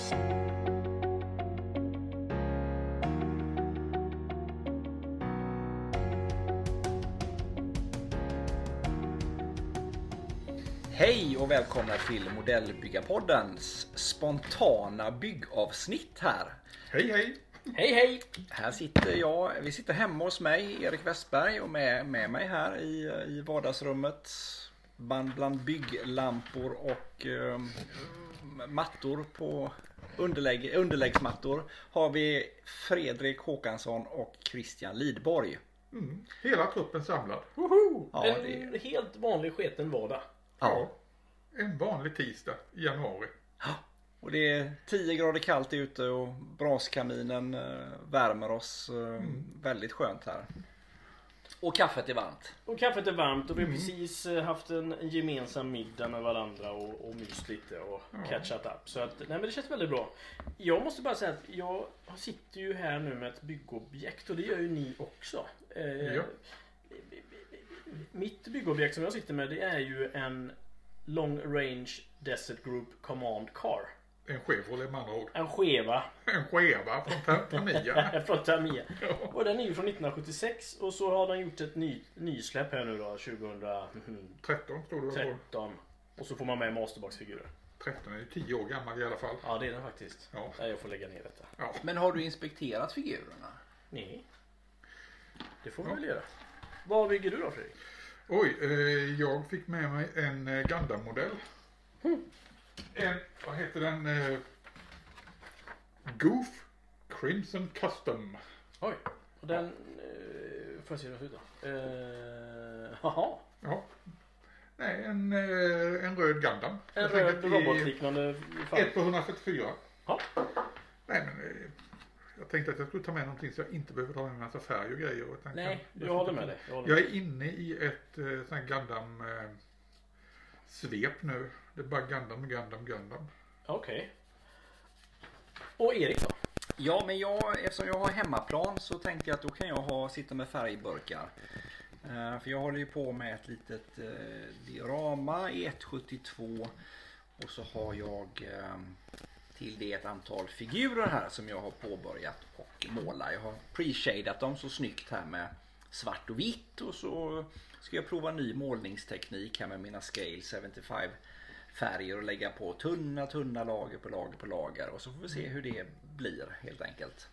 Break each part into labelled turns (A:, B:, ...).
A: Hej och välkomna till Modellbyggarpoddens spontana byggavsnitt här.
B: Hej hej!
A: Hej hej! Här sitter vi sitter hemma hos mig, Erik Westberg, och med mig här i vardagsrummet bland bygglampor och mattor på underläggsmattor har vi Fredrik Håkansson och Christian Lidborg.
B: Hela truppen samlad.
C: Woho!
A: Ja,
C: en helt vanlig sketen vardag.
B: Ja. En vanlig tisdag i januari.
A: Och det är 10 grader kallt ute och braskaminen värmer oss väldigt skönt här. Och kaffet är varmt.
C: Och kaffet är varmt och vi har precis haft en gemensam middag med varandra och myst lite och catchat up. Så att, nej men det känns väldigt bra. Jag måste bara säga att jag sitter ju här nu med ett byggobjekt och det gör ju ni också.
B: Ja.
C: Mitt byggobjekt som jag sitter med, det är ju en Long Range Desert Group Command Car.
B: En Chevrolet med andra ord.
C: En Cheva.
B: En Cheva från Tamiya.
C: Från Tamiya. Och den är ju från 1976 och så har den gjort ett nysläpp här nu då
B: 13 stod det väl på.
C: 2013. Och så får man med masterbox-figurer.
B: 13 är ju 10 år gammal i alla fall.
C: Ja, det är den faktiskt.
B: Ja.
C: Nej, jag får lägga ner detta.
B: Ja.
A: Men har du inspekterat figurerna?
C: Nej. Det får vi väl göra. Vad bygger du då, Fredrik?
B: Oj, jag fick med mig en Gundam-modell. En, vad heter den? Goof Crimson Custom.
C: Oj. Och den... får jag se hur den ser ut då? Jaha.
B: Ja. Nej, en röd Gundam.
C: En röd robotliknande...
B: 1 på 144.
C: Ja.
B: Nej, men jag tänkte att jag skulle ta med någonting så jag inte behöver ta med en massa färg och grejer. Utan
C: Nej, jag håller med dig.
B: Jag är inne i ett sånt här Gundam svep nu. Det är bara Gundam.
C: Okej. Och Erik då?
A: Ja, men eftersom jag har hemmaplan så tänkte jag att då kan jag sitta med färgburkar. För jag håller ju på med ett litet diorama i 1.72 och så har jag till det ett antal figurer här som jag har påbörjat och måla. Jag har pre-shadat dem så snyggt här med svart och vitt och så ska jag prova ny målningsteknik här med mina Scale 75 färger och lägga på tunna lager på lager och så får vi se hur det blir helt enkelt.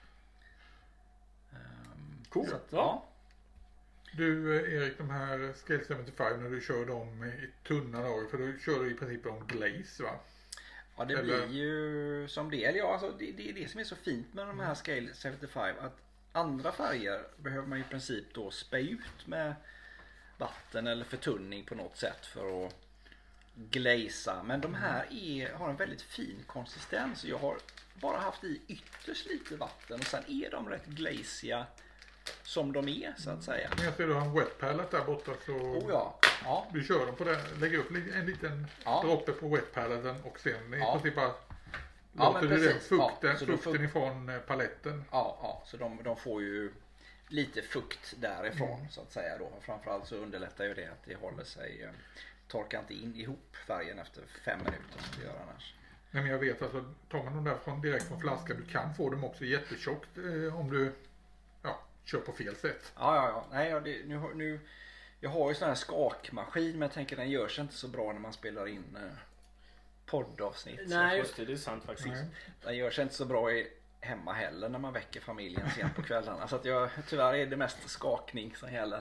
C: Cool.
A: Så att, ja.
B: Du Erik, de här Scale 75 när du kör dem i tunna lager, för då kör du i princip om glaze, va?
A: Ja, det blir ju som det. Eller ja, alltså, det är det som är så fint med de här Scale 75 att andra färger behöver man i princip då spä ut med vatten eller förtunning på något sätt för att glaza. Men de här har en väldigt fin konsistens. Jag har bara haft i ytterst lite vatten och sen är de rätt glaziga som de är så att säga.
B: Men jag ser du har en wet pallet där borta så
A: Ja.
B: du kör dem på det, lägger upp en liten droppe på wet palleten och sen i princip bara låter du den fukten ifrån paletten.
A: Ja, så de får ju lite fukt därifrån så att säga då. Framförallt så underlättar ju det att det håller sig, torkar inte in ihop färgen efter 5 minuter som det gör annars.
B: Nej, men jag vet alltså, tar man dem där direkt från flaskan, du kan få dem också jättetjockt om du kör på fel sätt.
A: Ja. Nej, jag har ju sån här skakmaskin men jag tänker den gör sig inte så bra när man spelar in poddavsnitt.
C: Nej, just det är sant faktiskt.
B: Nej.
A: Den gör sig inte så bra hemma heller när man väcker familjen sent på kvällarna. Så att tyvärr är det mest skakning som gäller.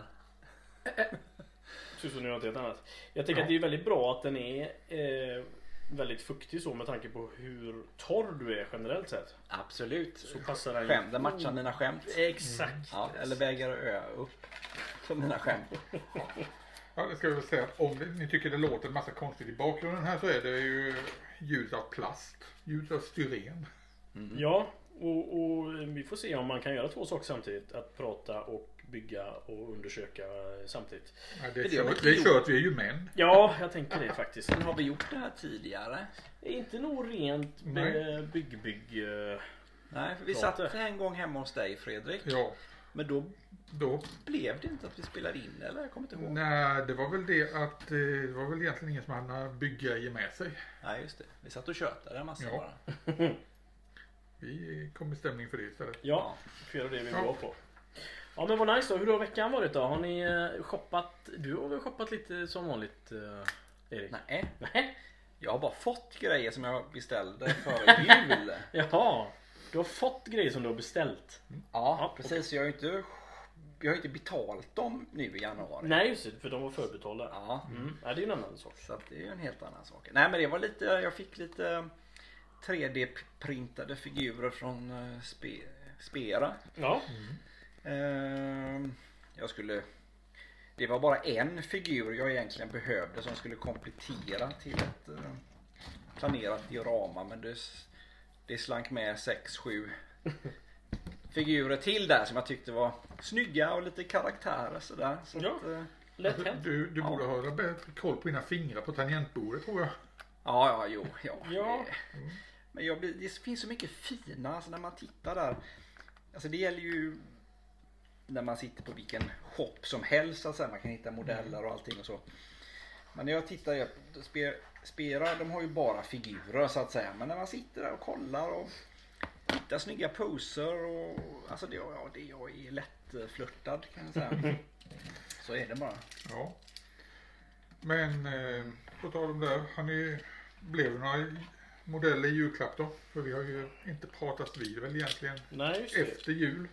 C: Så nu har jag annat. Jag tycker att det är väldigt bra att den är väldigt fuktig så med tanke på hur torr du är generellt sett.
A: Absolut.
C: Så passar den.
A: Den matchar mina skämt.
C: Exakt.
A: Ja, eller väger upp för mina skämt.
B: Ja, det ska vi väl säga att om ni tycker det låter en massa konstigt i bakgrunden här så är det ju ljud av plast, ljud av styren.
C: Ja, och vi får se om man kan göra 2 saker samtidigt. Att prata och bygga och undersöka samtidigt.
B: Ja, det är kört, vi är ju män.
C: Ja, jag tänker det faktiskt.
A: Men har vi gjort det här tidigare?
C: Inte nog rent bygg.
A: Nej, för vi satt en gång hemma hos dig, Fredrik.
B: Ja.
A: Men då blev det inte att vi spelade in, eller? Jag kommer inte ihåg.
B: Nej, det var väl det att det var väl egentligen ingen som hade några bygggrejer med sig.
A: Nej, just det. Vi satt och tjötade en massa bara.
B: Vi kom i stämning för det istället.
C: Ja, för det vi är bra på. Ja, men vad nice då. Hur har veckan varit då? Har ni shoppat? Du har väl shoppat lite som vanligt, Erik?
A: Nej. Jag har bara fått grejer som jag beställde före jul.
C: Jaha, du har fått grejer som du har beställt.
A: Ja, precis. Okay. Jag har inte betalt dem nu i januari.
C: Nej, just det, för de var förbetalda.
A: Ja.
C: Ja, det är en annan sak.
A: Så att det är ju en helt annan sak. Nej, men det var lite, jag fick lite 3D-printade figurer från Spera.
C: Ja.
A: Det var bara en figur jag egentligen behövde som skulle komplettera till ett planerat diorama, men det slank med 6-7 figurer till där som jag tyckte var snygga och lite karaktärer sådär. Så
C: ja, lätt hänt.
B: Du borde ha bättre koll på dina fingrar på tangentbordet, tror jag.
A: Ja. Men det finns så mycket fina, alltså när man tittar där. Alltså det gäller ju när man sitter på vilken shop som helst, alltså man kan hitta modeller och allting och så. Men när jag tittar på Spera, de har ju bara figurer så att säga. Men när man sitter där och kollar och hittar snygga poser och alltså jag är lätt flörtad kan jag säga. Så är det bara.
B: Ja. Men på tal om det, blev det några modeller i julklapp då? För vi har ju inte pratat vid väl egentligen.
C: Nej,
B: efter jul.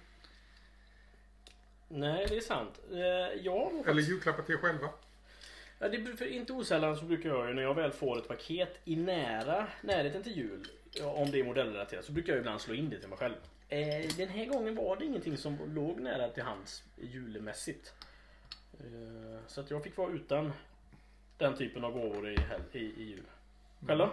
C: Nej, det är sant.
B: Eller julklappar till er själva.
C: Ja, för inte osällan så brukar jag ju, när jag väl får ett paket i närheten till jul, om det är modellrelaterat, så brukar jag ibland slå in det till mig själv. Den här gången var det ingenting som låg nära till hands julmässigt. Så att jag fick vara utan den typen av gåvor i jul. Själv?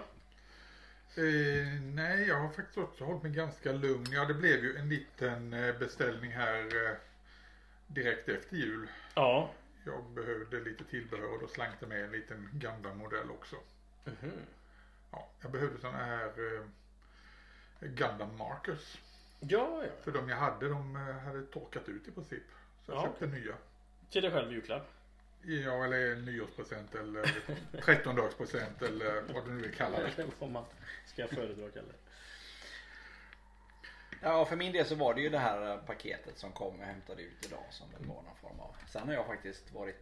B: Nej, jag har faktiskt också hållit mig ganska lugn. Ja, det blev ju en liten beställning här direkt efter jul. Ja. Jag behövde lite tillbehör och då slank det med en liten Gundam-modell också. Ja, jag behövde sådana här Gundam markers.
C: Ja.
B: För de jag hade, de hade torkat ut i princip. Så jag köpte nya.
C: Till dig själv julklapp?
B: Ja, eller nyårspresent eller 13-dagspresent eller vad du nu vill kalla det.
C: Vad man ska föredra kalla det.
A: Ja, för min del så var det ju det här paketet som kom och hämtade ut idag som väl var någon form av. Sen har jag faktiskt varit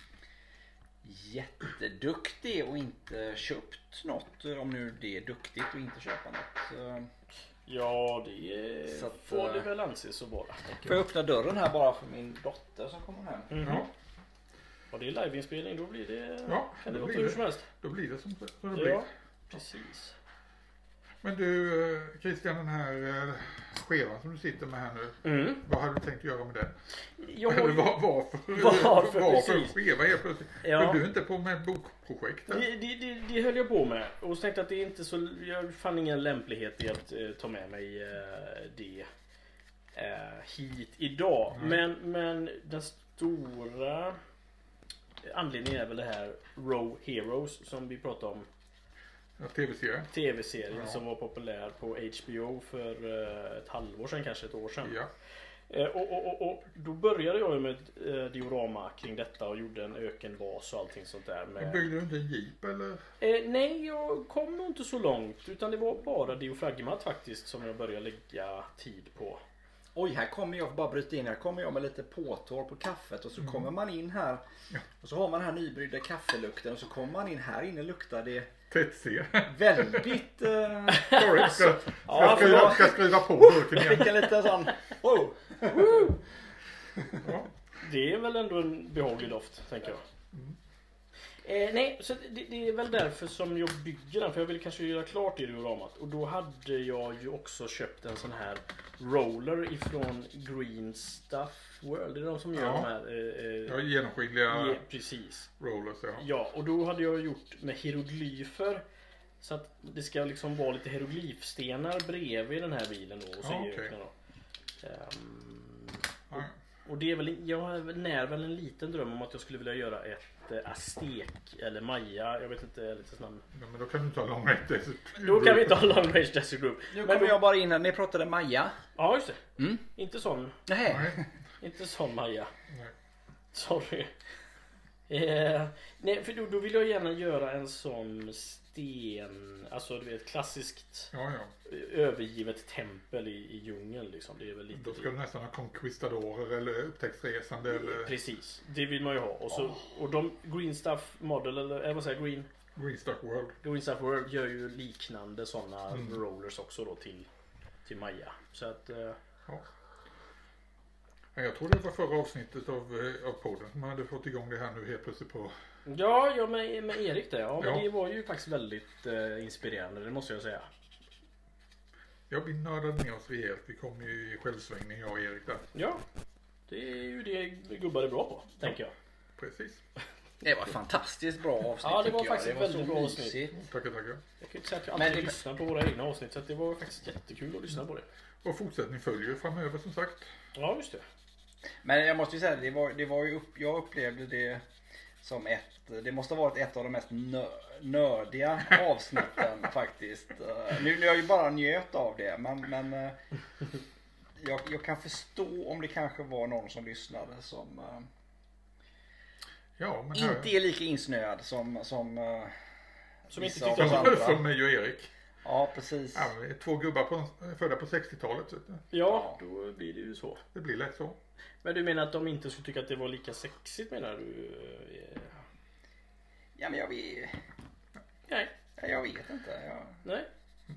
A: jätteduktig och inte köpt något, om nu det är duktigt och inte köpa något.
C: Ja, det så att, får det väl anses så bara.
A: Får jag öppna dörren här bara för min dotter som kommer hem?
B: Ja.
C: Och det är liveinspelning, då blir det...
B: Ja,
C: kan det låta hur som helst.
B: Då blir det som det blir.
C: Ja, precis.
B: Men du Christian, den här skevan som du sitter med här nu. Vad hade du tänkt göra med den? Varför skeva är plötsligt? Höll du inte på med bokprojekt?
C: Det höll jag på med. Och så tänkte att det är inte så... Jag fann ingen lämplighet i att ta med mig det hit idag. Men den stora anledningen är väl det här Row Heroes som vi pratade om.
B: Ja, tv-serien
C: som var populär på HBO för ett halvår sedan, kanske ett år sedan.
B: Ja.
C: Och då började jag med diorama kring detta och gjorde en ökenbas och allting sånt där.
B: Men byggde du inte en jeep eller?
C: Nej, jag kom nog inte så långt, utan det var bara diafragmat faktiskt som jag började lägga tid på.
A: Oj, här kommer jag, bara bryta in, här kommer jag med lite påtår på kaffet och så kommer man in här och så har man den här nybryggda kaffelukten och så kommer man in här inne, luktar det väldigt
B: jag ska skriva på burken igen.
A: Jag fick en liten sån
C: Det är väl ändå en behaglig doft, tänker jag. Nej, så det är väl därför som jag bygger den, för jag vill kanske göra klart det dioramat. Och då hade jag ju också köpt en sån här roller ifrån Green Stuff World. Det är de som gör de här
B: genomskinliga
C: precis.
B: Rollers.
C: Ja, och då hade jag gjort med hieroglyfer. Så att det ska liksom vara lite hieroglyfstenar bredvid den här bilen då. Och så och det är väl, jag när väl en liten dröm om att jag skulle vilja göra ett Aztek eller Maya, jag vet inte lite snabbt.
B: Ja, men då kan du inte ha Long Range Desert Group.
C: Då kan vi inte ha Long Range Desert Group.
A: Nu kommer jag bara in när ni pratade Maja.
C: Ja, just det. Inte sån.
A: Nej.
C: Inte sån Maja.
B: Nej.
C: Sorry. Nej, för då vill jag gärna göra en sån sten, alltså du vet klassiskt övergivet tempel i djungeln liksom. Det är väl lite.
B: Då ska du nästan ha conquistadorer eller upptäcktsresande eller.
C: Precis, det vill man ju ha. Och så och de Green Stuff Model eller vad säger
B: Green Stuff World.
C: Green Stuff World gör ju liknande sådana rollers också då till Maja. Så att
B: Jag tror det var förra avsnittet av podden som hade fått igång det här nu helt plötsligt på.
C: Ja, med Erik där. Ja, men det var ju faktiskt väldigt inspirerande, det måste jag säga.
B: Ja, vi nördade ner oss rejält. Vi kom ju i självsvängning, jag och Erik där.
C: Ja, det är ju det gubbar är bra på, tänker jag.
B: Precis.
A: Det var ett fantastiskt bra avsnitt.
C: Ja, det var faktiskt ett väldigt bra avsnitt.
B: Tackar.
C: Jag kan ju inte säga att jag alltid lyssnar på våra egna avsnitt, så att det var faktiskt jättekul att lyssna på det.
B: Och fortsättning följer framöver som sagt.
C: Ja, just det.
A: Men jag måste ju säga, det var ju jag upplevde det som det måste ha varit ett av de mest nördiga avsnitten faktiskt. Nu är jag ju bara njöt av det, men jag kan förstå om det kanske var någon som lyssnade som inte är lika insnöad som
C: inte tyckte
B: som mig och Erik.
A: Ja, precis.
B: Ja, två gubbar födda på 60-talet.
C: Ja, då blir det ju så.
B: Det blir lätt så.
C: Men du menar att de inte skulle tycka att det var lika sexigt, menar du?
A: Ja, men jag vet.
C: Nej.
A: Jag vet inte.
C: Nej.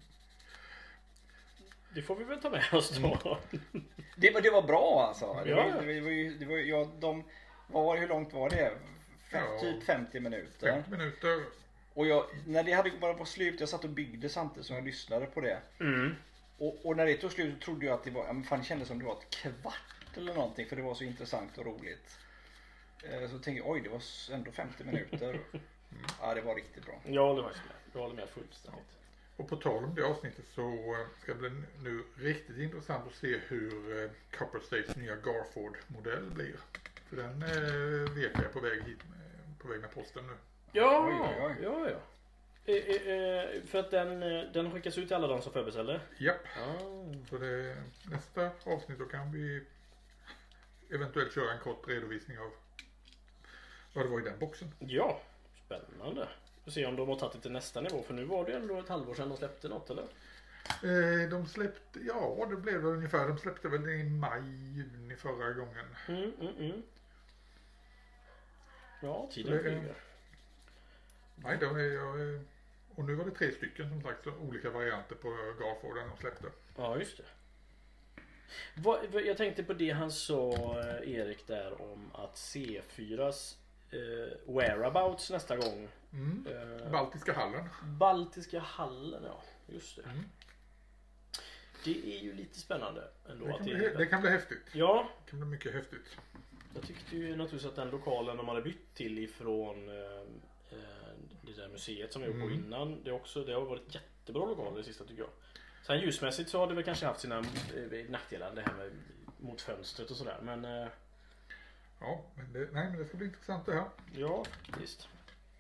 C: Det får vi väl ta med oss då.
A: Det var bra alltså. Hur långt var det? Typ 50 minuter.
B: 50 minuter.
A: Och när det hade bara på slut, jag satt och byggde samtidigt som jag lyssnade på det. Och när det tog slut så trodde jag att det kändes som det var ett kvart eller någonting, för det var så intressant och roligt. Så tänkte jag, det var ändå 50 minuter. Ja, det var riktigt bra.
C: Jag håller med fullständigt.
B: Och på tal om det avsnittet så ska det bli nu riktigt intressant att se hur Copper States nya Garford-modell blir. För den vet jag är på väg hit, på väg med posten nu.
C: Ja. För att den skickas ut till alla de som förbeställer?
B: Japp. Så nästa avsnitt då kan vi eventuellt köra en kort redovisning av vad det var i den boxen.
C: Ja, spännande. Vi får se om de har tagit det till nästa nivå, för nu var det ändå ett halvår sedan de släppte något, eller?
B: De släppte, det blev det ungefär. De släppte väl i maj-juni förra gången.
C: Ja, tiden flyger.
B: Nej, och nu var det 3 stycken som sagt, så olika varianter på Garforden de släppte.
C: Ja, just det. Jag tänkte på det han sa, Erik, där om att C4s whereabouts nästa gång. Baltiska hallen, ja. Just det. Det är ju lite spännande ändå.
B: Det kan bli häftigt.
C: Ja.
B: Det kan bli mycket häftigt.
C: Jag tyckte ju naturligtvis att den lokalen de hade bytt till ifrån det där museet som vi var på innan, det har varit jättebra lokaler det sista, tycker jag. Sen ljusmässigt så har det väl kanske haft sina nackdelar, det här med mot fönstret och sådär, men
B: ja, men det ska bli intressant det här.
C: Ja, visst.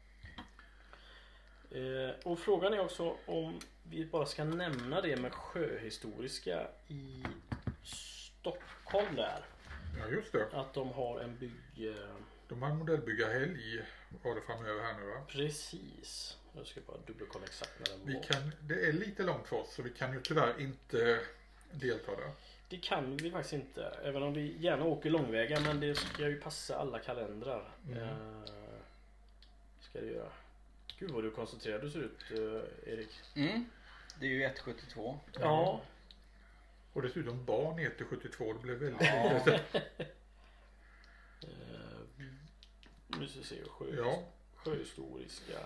C: Och frågan är också om vi bara ska nämna det med sjöhistoriska i Stockholm där.
B: Ja, just det.
C: Att de har en
B: de har en modellbyggarhelg var det framöver här nu, va?
C: Precis. Jag ska bara dubbelkolla exakt när den var.
B: Det är lite långt för oss, så vi kan ju tyvärr inte delta där.
C: Det kan vi faktiskt inte. Även om vi gärna åker långväga, men det ska ju passa alla kalendrar. Ska det göra. Gud vad du koncentrerad du ser ut, Erik.
A: Det är ju 1,72.
C: Ja.
B: Och dessutom barn 1,72. Det blev väldigt
C: Nu ska vi se sjöhistoriska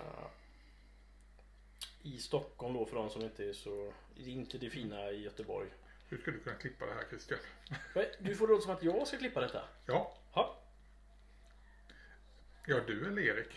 C: i Stockholm då, för de som inte är så, inte det fina i Göteborg.
B: Hur ska du kunna klippa det här, Christian?
C: Du får råd som att jag ska klippa detta.
B: Ja.
C: Ha?
B: Ja, du eller Erik?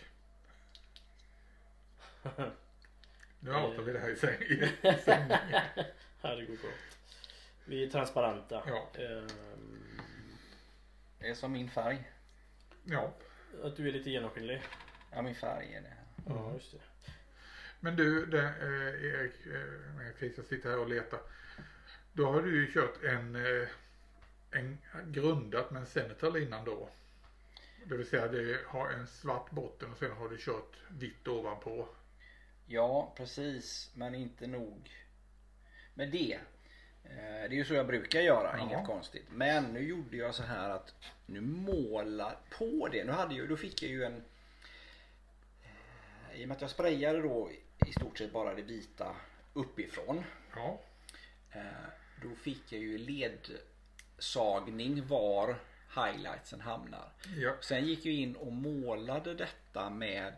B: Nu outar vi det här i sändningen.
C: Här det går bra. Vi är transparenta.
B: Ja.
A: Det är som min färg.
B: Ja.
C: Att du är lite genomskinlig.
A: Ja, min färg är det.
C: Ja, just det.
B: Men du, Erik, när Christian sitter här och letar. Då har du ju kört grundat med en Senator innan då. Det vill säga det har en svart botten och sen har det kört vitt ovanpå.
A: Ja, precis. Men inte nog med det. Det är ju så jag brukar göra, inget konstigt. Men nu gjorde jag så här att nu målar på det. Då fick jag ju en... I och med att jag sprayade då i stort sett bara det vita uppifrån.
B: Ja.
A: Då fick jag ju ledsagning var highlightsen hamnar.
B: Ja.
A: Sen gick jag in och målade detta med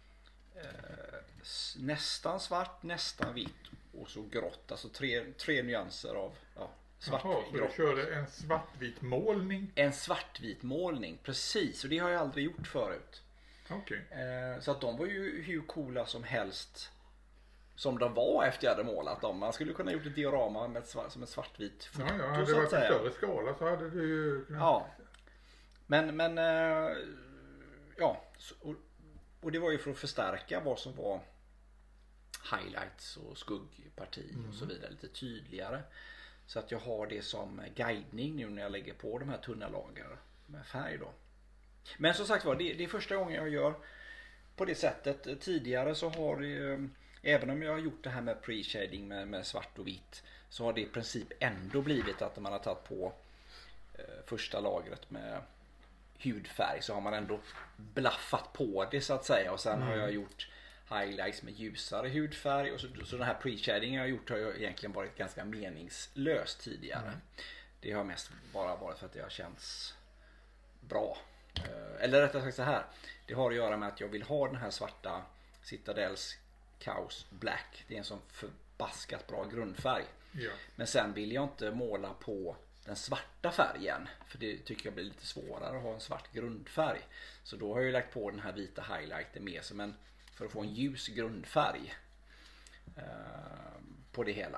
A: nästan svart, nästan vitt och så grått. Alltså tre nyanser av svart.
B: Jaha, så du körde en svartvit målning?
A: En svartvit målning, precis. Och det har jag aldrig gjort förut.
B: Okej.
A: Så att de var ju hur coola som helst som de var efter jag hade målat dem. Man skulle kunna gjort ett diorama med som en svartvit foto.
B: Ja, hade det varit en större skala så hade du ju kunnat...
A: Ja. Men ja. Och det var ju för att förstärka vad som var highlights och skuggparti och så vidare lite tydligare. Så att jag har det som guidning nu när jag lägger på de här tunna lager med färg då. Men som sagt var, det är första gången jag gör på det sättet. Tidigare så har även om jag har gjort det här med pre-shading med svart och vitt, så har det i princip ändå blivit att man har tagit på första lagret med hudfärg, så har man ändå blaffat på det så att säga. Och sen har jag gjort highlights med ljusare hudfärg. Och så den här pre-shading jag har gjort har ju egentligen varit ganska meningslöst tidigare. Det har mest bara varit för att det har känts bra. Eller rättare sagt så här. Det har att göra med att jag vill ha den här svarta Citadels Chaos Black. Det är en sån förbaskat bra grundfärg.
B: Ja.
A: Men sen vill jag inte måla på den svarta färgen. För det tycker jag blir lite svårare att ha en svart grundfärg. Så då har jag lagt på den här vita highlighten med som en, för att få en ljus grundfärg på det hela.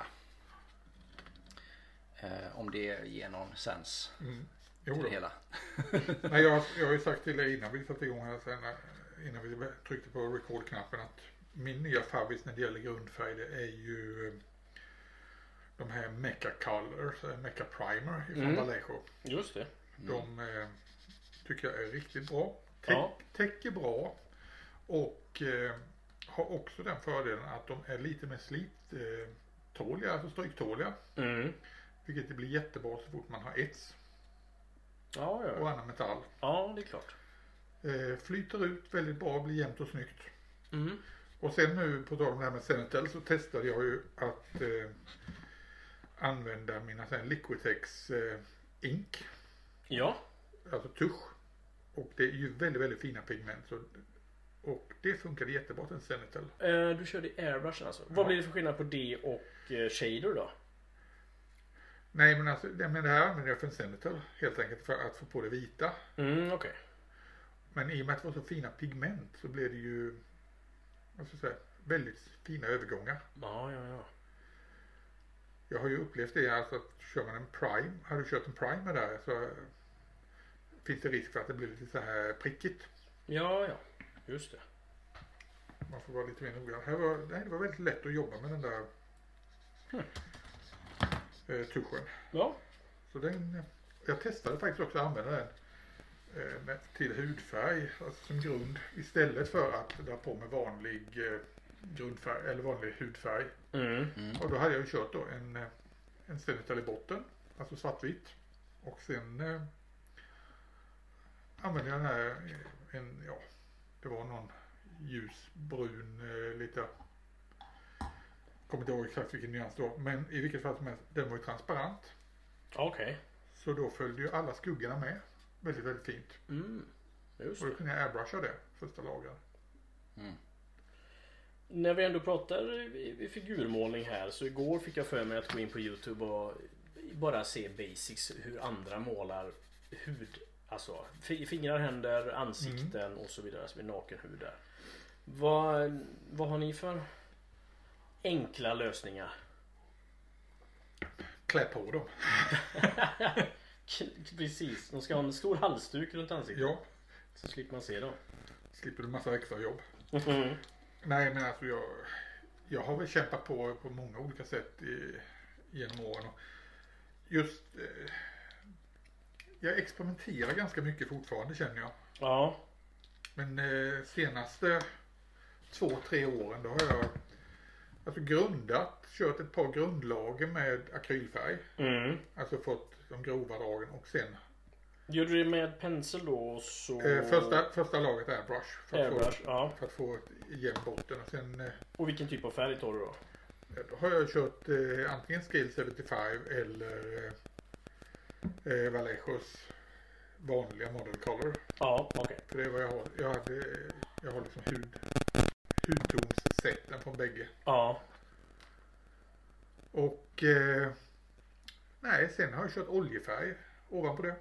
A: Om det ger någon sens till det hela.
B: Nej, jag har ju sagt till dig innan vi satte igång här sen, innan vi tryckte på record-knappen, att min nya favorit när det gäller grundfärg, det är ju de här Mecha Colors, Mecha Primer ifrån Vallejo.
C: Just det.
B: De tycker jag är riktigt bra. Täcker bra och har också den fördelen att de är lite mer slittåliga, alltså stryktåliga. Vilket det blir jättebra så fort man har ets. Och annan metall.
C: Ja, det är klart.
B: Flyter ut väldigt bra, blir jämnt och snyggt. Och sen nu på tal om det här med Senator så testade jag ju att använda mina Liquitex ink.
C: Ja.
B: Alltså tusch. Och det är ju väldigt, väldigt fina pigment. Och det funkade jättebra till en Senator.
C: Du körde airbrush alltså. Vad blir det för skillnad på det och shader då?
B: Nej, men alltså det här använder jag för en Senator helt enkelt för att få på det vita.
C: Okej.
B: Men i och med att det var så fina pigment så blev det ju väldigt fina övergångar.
C: Ja.
B: Jag har ju upplevt det, alltså att kör man en prime, har du kört en primer där så finns det risk för att det blir lite så här prickigt.
C: Ja, just det.
B: Man får vara lite mer noggrann. Det var väldigt lätt att jobba med den där tuschen.
C: Ja.
B: Så jag testade faktiskt också att använda den till hudfärg, alltså som grund, istället för att dra på med vanlig grundfärg eller vanlig hudfärg. Och då hade jag ju kört då en Senator i botten, alltså svartvitt, och sen använde jag den här det var någon ljusbrun lite, kommer inte ihåg exakt vilken nyans då, men i vilket fall som helst, den var ju transparent.
C: Okej.
B: Så då följde ju alla skuggorna med väldigt, väldigt fint.
C: Just
B: och då kunde jag airbrusha det första lagren.
C: När vi ändå pratar i figurmålning här, så igår fick jag för mig att gå in på YouTube och bara se basics hur andra målar hud, alltså fingrar, händer, ansikten och så vidare, alltså med naken hud där. Vad har ni för enkla lösningar?
B: Klä på dem.
C: Precis, de ska ha en stor halsduk runt ansiktet.
B: Ja.
C: Så slipper man se dem.
B: Slipper du massa extra jobb. Nej, men alltså jag har väl kämpat på många olika sätt genom åren. Och just jag experimenterar ganska mycket fortfarande, känner jag.
C: Ja.
B: Men senaste 2-3 åren då har jag alltså kört ett par grundlager med akrylfärg. Alltså fått de grova dragen och sen.
C: Gjorde du det med pensel då? Så...
B: Första laget är brush. För att få ett jämn botten. Och, sen,
C: och vilken typ av färg tar du då?
B: Då har jag kört antingen Scale 75 eller Vallejos vanliga model color.
C: Ja, okej. Okay.
B: För det är vad jag har. Jag har liksom hudtonssätten från bägge.
C: Ja.
B: Och nej, sen har jag kört oljefärg ovanpå det.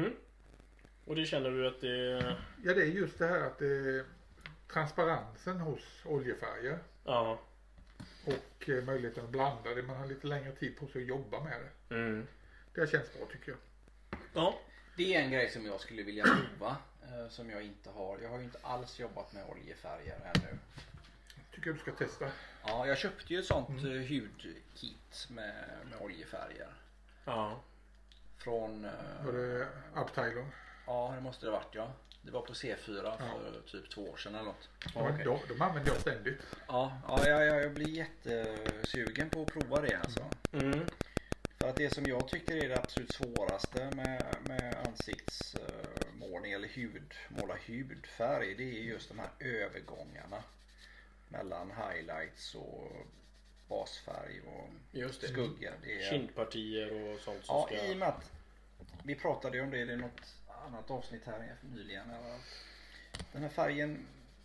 C: Och det känner du att det...
B: Ja, det är just det här att transparensen hos oljefärger.
C: Ja.
B: Och möjligheten att blanda det. Man har lite längre tid på sig att jobba med det. Det känns bra, tycker jag.
C: Ja.
A: Det är en grej som jag skulle vilja prova. Som jag inte har. Jag har ju inte alls jobbat med oljefärger ännu.
B: Tycker du ska testa.
A: Ja, jag köpte ju ett sånt hudkit med oljefärger.
C: Ja.
A: Från...
B: Var det Uptyler?
A: Ja, det måste det ha varit, ja. Det var på C4 för typ 2 år sedan eller något.
B: Ja, okay. De använder jag ständigt.
A: Ja, jag blir jättesugen på att prova det alltså. För att det som jag tycker är det absolut svåraste med ansiktsmålning eller måla hudfärg, det är just de här övergångarna mellan highlights och basfärg och
C: just det.
A: Skuggor. Det är...
C: kindpartier och sånt som ska...
A: i och med att vi pratade ju om det i något annat avsnitt här nyligen. Den här färgen,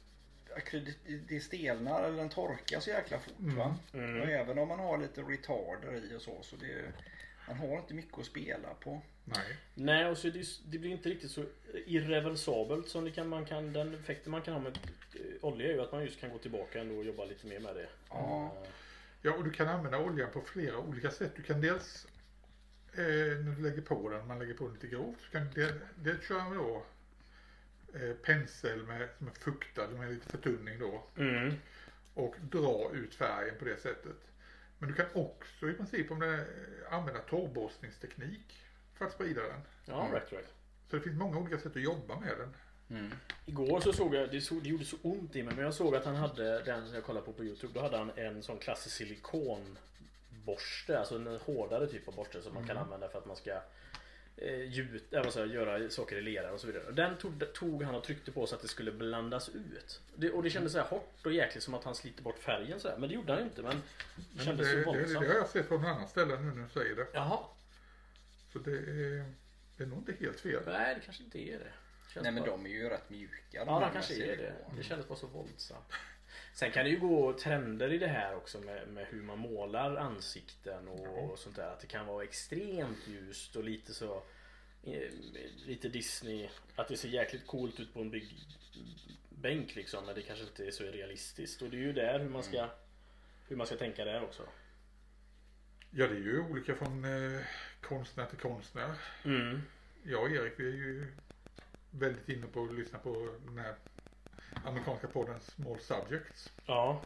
A: det stelnar eller den torkar så jäkla fort va? Och även om man har lite retarder i och så man har inte mycket att spela på.
C: Nej, och så det blir inte riktigt så irreversibelt som den effekten man kan ha med olja är ju att man just kan gå tillbaka ändå och jobba lite mer med det.
B: Ja, och du kan använda oljan på flera olika sätt. Du kan dels när du lägger på den, man lägger på den lite grovt, så kan du dels köra då pensel som är fuktad, med lite förtunning då. Och dra ut färgen på det sättet. Men du kan också i princip använda torrborstningsteknik för att sprida den.
C: Ja, right.
B: Så det finns många olika sätt att jobba med den.
C: Igår så såg jag, det gjorde så ont i mig, men jag såg att han hade den som jag kollade på YouTube, då hade han en sån klassisk silikonborste, alltså en hårdare typ av borste som man kan använda för att man ska göra saker i lera och så vidare. Den tog han och tryckte på så att det skulle blandas ut. Och det kändes så här hårt och jäkligt som att han sliter bort färgen så här. Men det gjorde han inte, men det kändes så våldsamt.
B: Det har jag sett på en annan ställe nu när du säger det.
C: Jaha.
B: Så det är nog inte helt fel.
C: Nej, det kanske inte är det.
A: Nej, men de är ju rätt mjuka.
C: Ja, de kanske är det. Det kändes bara så våldsamt. Sen kan det ju gå trender i det här också med hur man målar ansikten och sånt där. Att det kan vara extremt ljust och lite så lite Disney. Att det ser jäkligt coolt ut på en bänk liksom, men det kanske inte är så realistiskt. Och det är ju där hur man ska tänka där också.
B: Ja, det är ju olika från konstnär till konstnär. Jag och Erik, vi är ju väldigt inne på att lyssna på den här amerikanska podden Small Subjects.
C: Ja.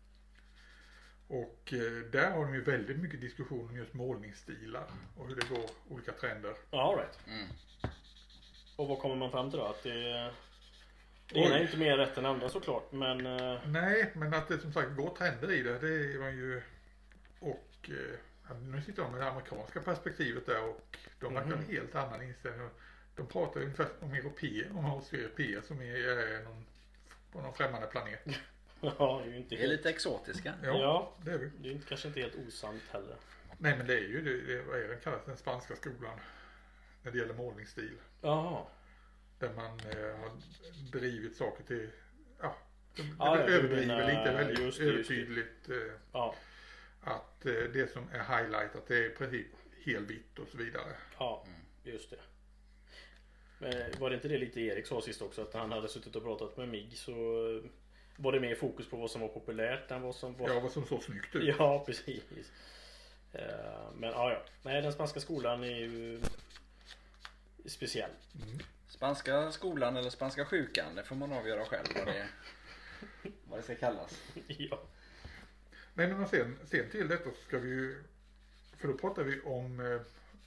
B: Och där har de ju väldigt mycket diskussion om just målningsstilar och hur det går, olika trender.
C: Ja, right. Och vad kommer man fram till då? Att det ena är inte mer rätt än andra såklart, men...
B: Nej, men att det som sagt går trender i det är man ju... Och nu sitter de med det amerikanska perspektivet där och de verkar en helt annan inställning. De pratar ju ungefär om europeer som är på någon främmande planet.
C: Ja, det är ju inte
A: helt... lite exotiska.
B: Ja, det är vi.
C: Det är kanske inte helt osant heller.
B: Nej, men det är ju vad är den kallas, den spanska skolan när det gäller målningsstil.
C: Jaha.
B: Där man har drivit saker till överdriver lite väldigt övertydligt att det som är highlightat det är i princip helvitt och så vidare.
C: Ja, just det. Men var det inte det lite Erik sa sist också, att han hade suttit och pratat med mig, så var det mer fokus på vad som var populärt än vad som var...
B: Ja, vad som så snyggt ut.
C: Ja, precis. Men ja. Nej, den spanska skolan är ju speciell.
A: Spanska skolan eller spanska sjukan, det får man avgöra själv vad det ska kallas.
C: Ja.
B: Nej, men sen till detta så ska vi ju, för då pratar vi om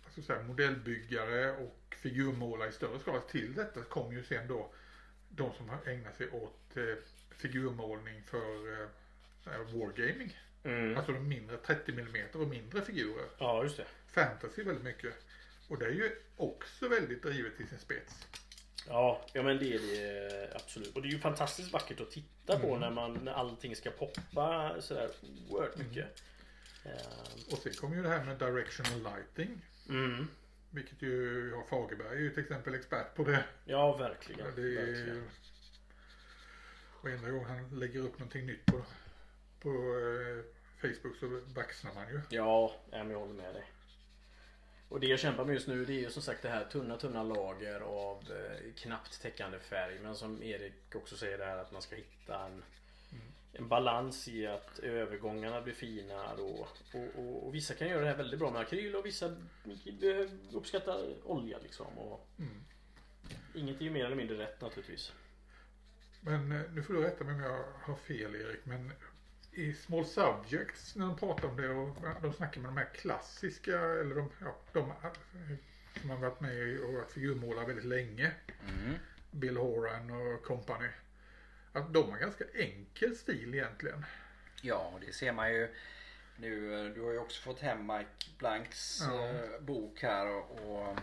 B: alltså så här, modellbyggare och figurmålare i större skala. Till detta kom ju sen då de som har ägnat sig åt figurmålning för wargaming. Alltså de mindre 30 mm och mindre figurer.
C: Ja, just det.
B: Fantasy väldigt mycket. Och det är ju också väldigt drivet i sin spets.
C: Ja, men det är det absolut. Och det är ju fantastiskt vackert att titta på när allting ska poppa sådär oerhört mycket.
B: Och sen kommer ju det här med directional lighting. Vilket ju Fagerberg är ju till exempel expert på det.
C: Ja, verkligen.
B: Det är
C: verkligen.
B: Varenda gång han lägger upp någonting nytt på Facebook så baxnar man ju.
C: Ja, men jag håller med dig. Och det jag kämpar med just nu, det är ju som sagt det här tunna lager av knappt täckande färg. Men som Erik också säger, det här att man ska hitta en balans i att övergångarna blir fina och vissa kan göra det här väldigt bra med akryl och vissa uppskattar olja liksom. Och inget är ju mer eller mindre rätt naturligtvis.
B: Men nu får du rätta mig om jag har fel, Erik, men i Small Subjects när de pratar om det och de snackar med de här klassiska eller de som har varit med och varit figurmålare väldigt länge. Bill Horan och company. Att de har ganska enkel stil egentligen.
A: Ja, det ser man ju nu. Du har ju också fått hem Mike Blanks bok här och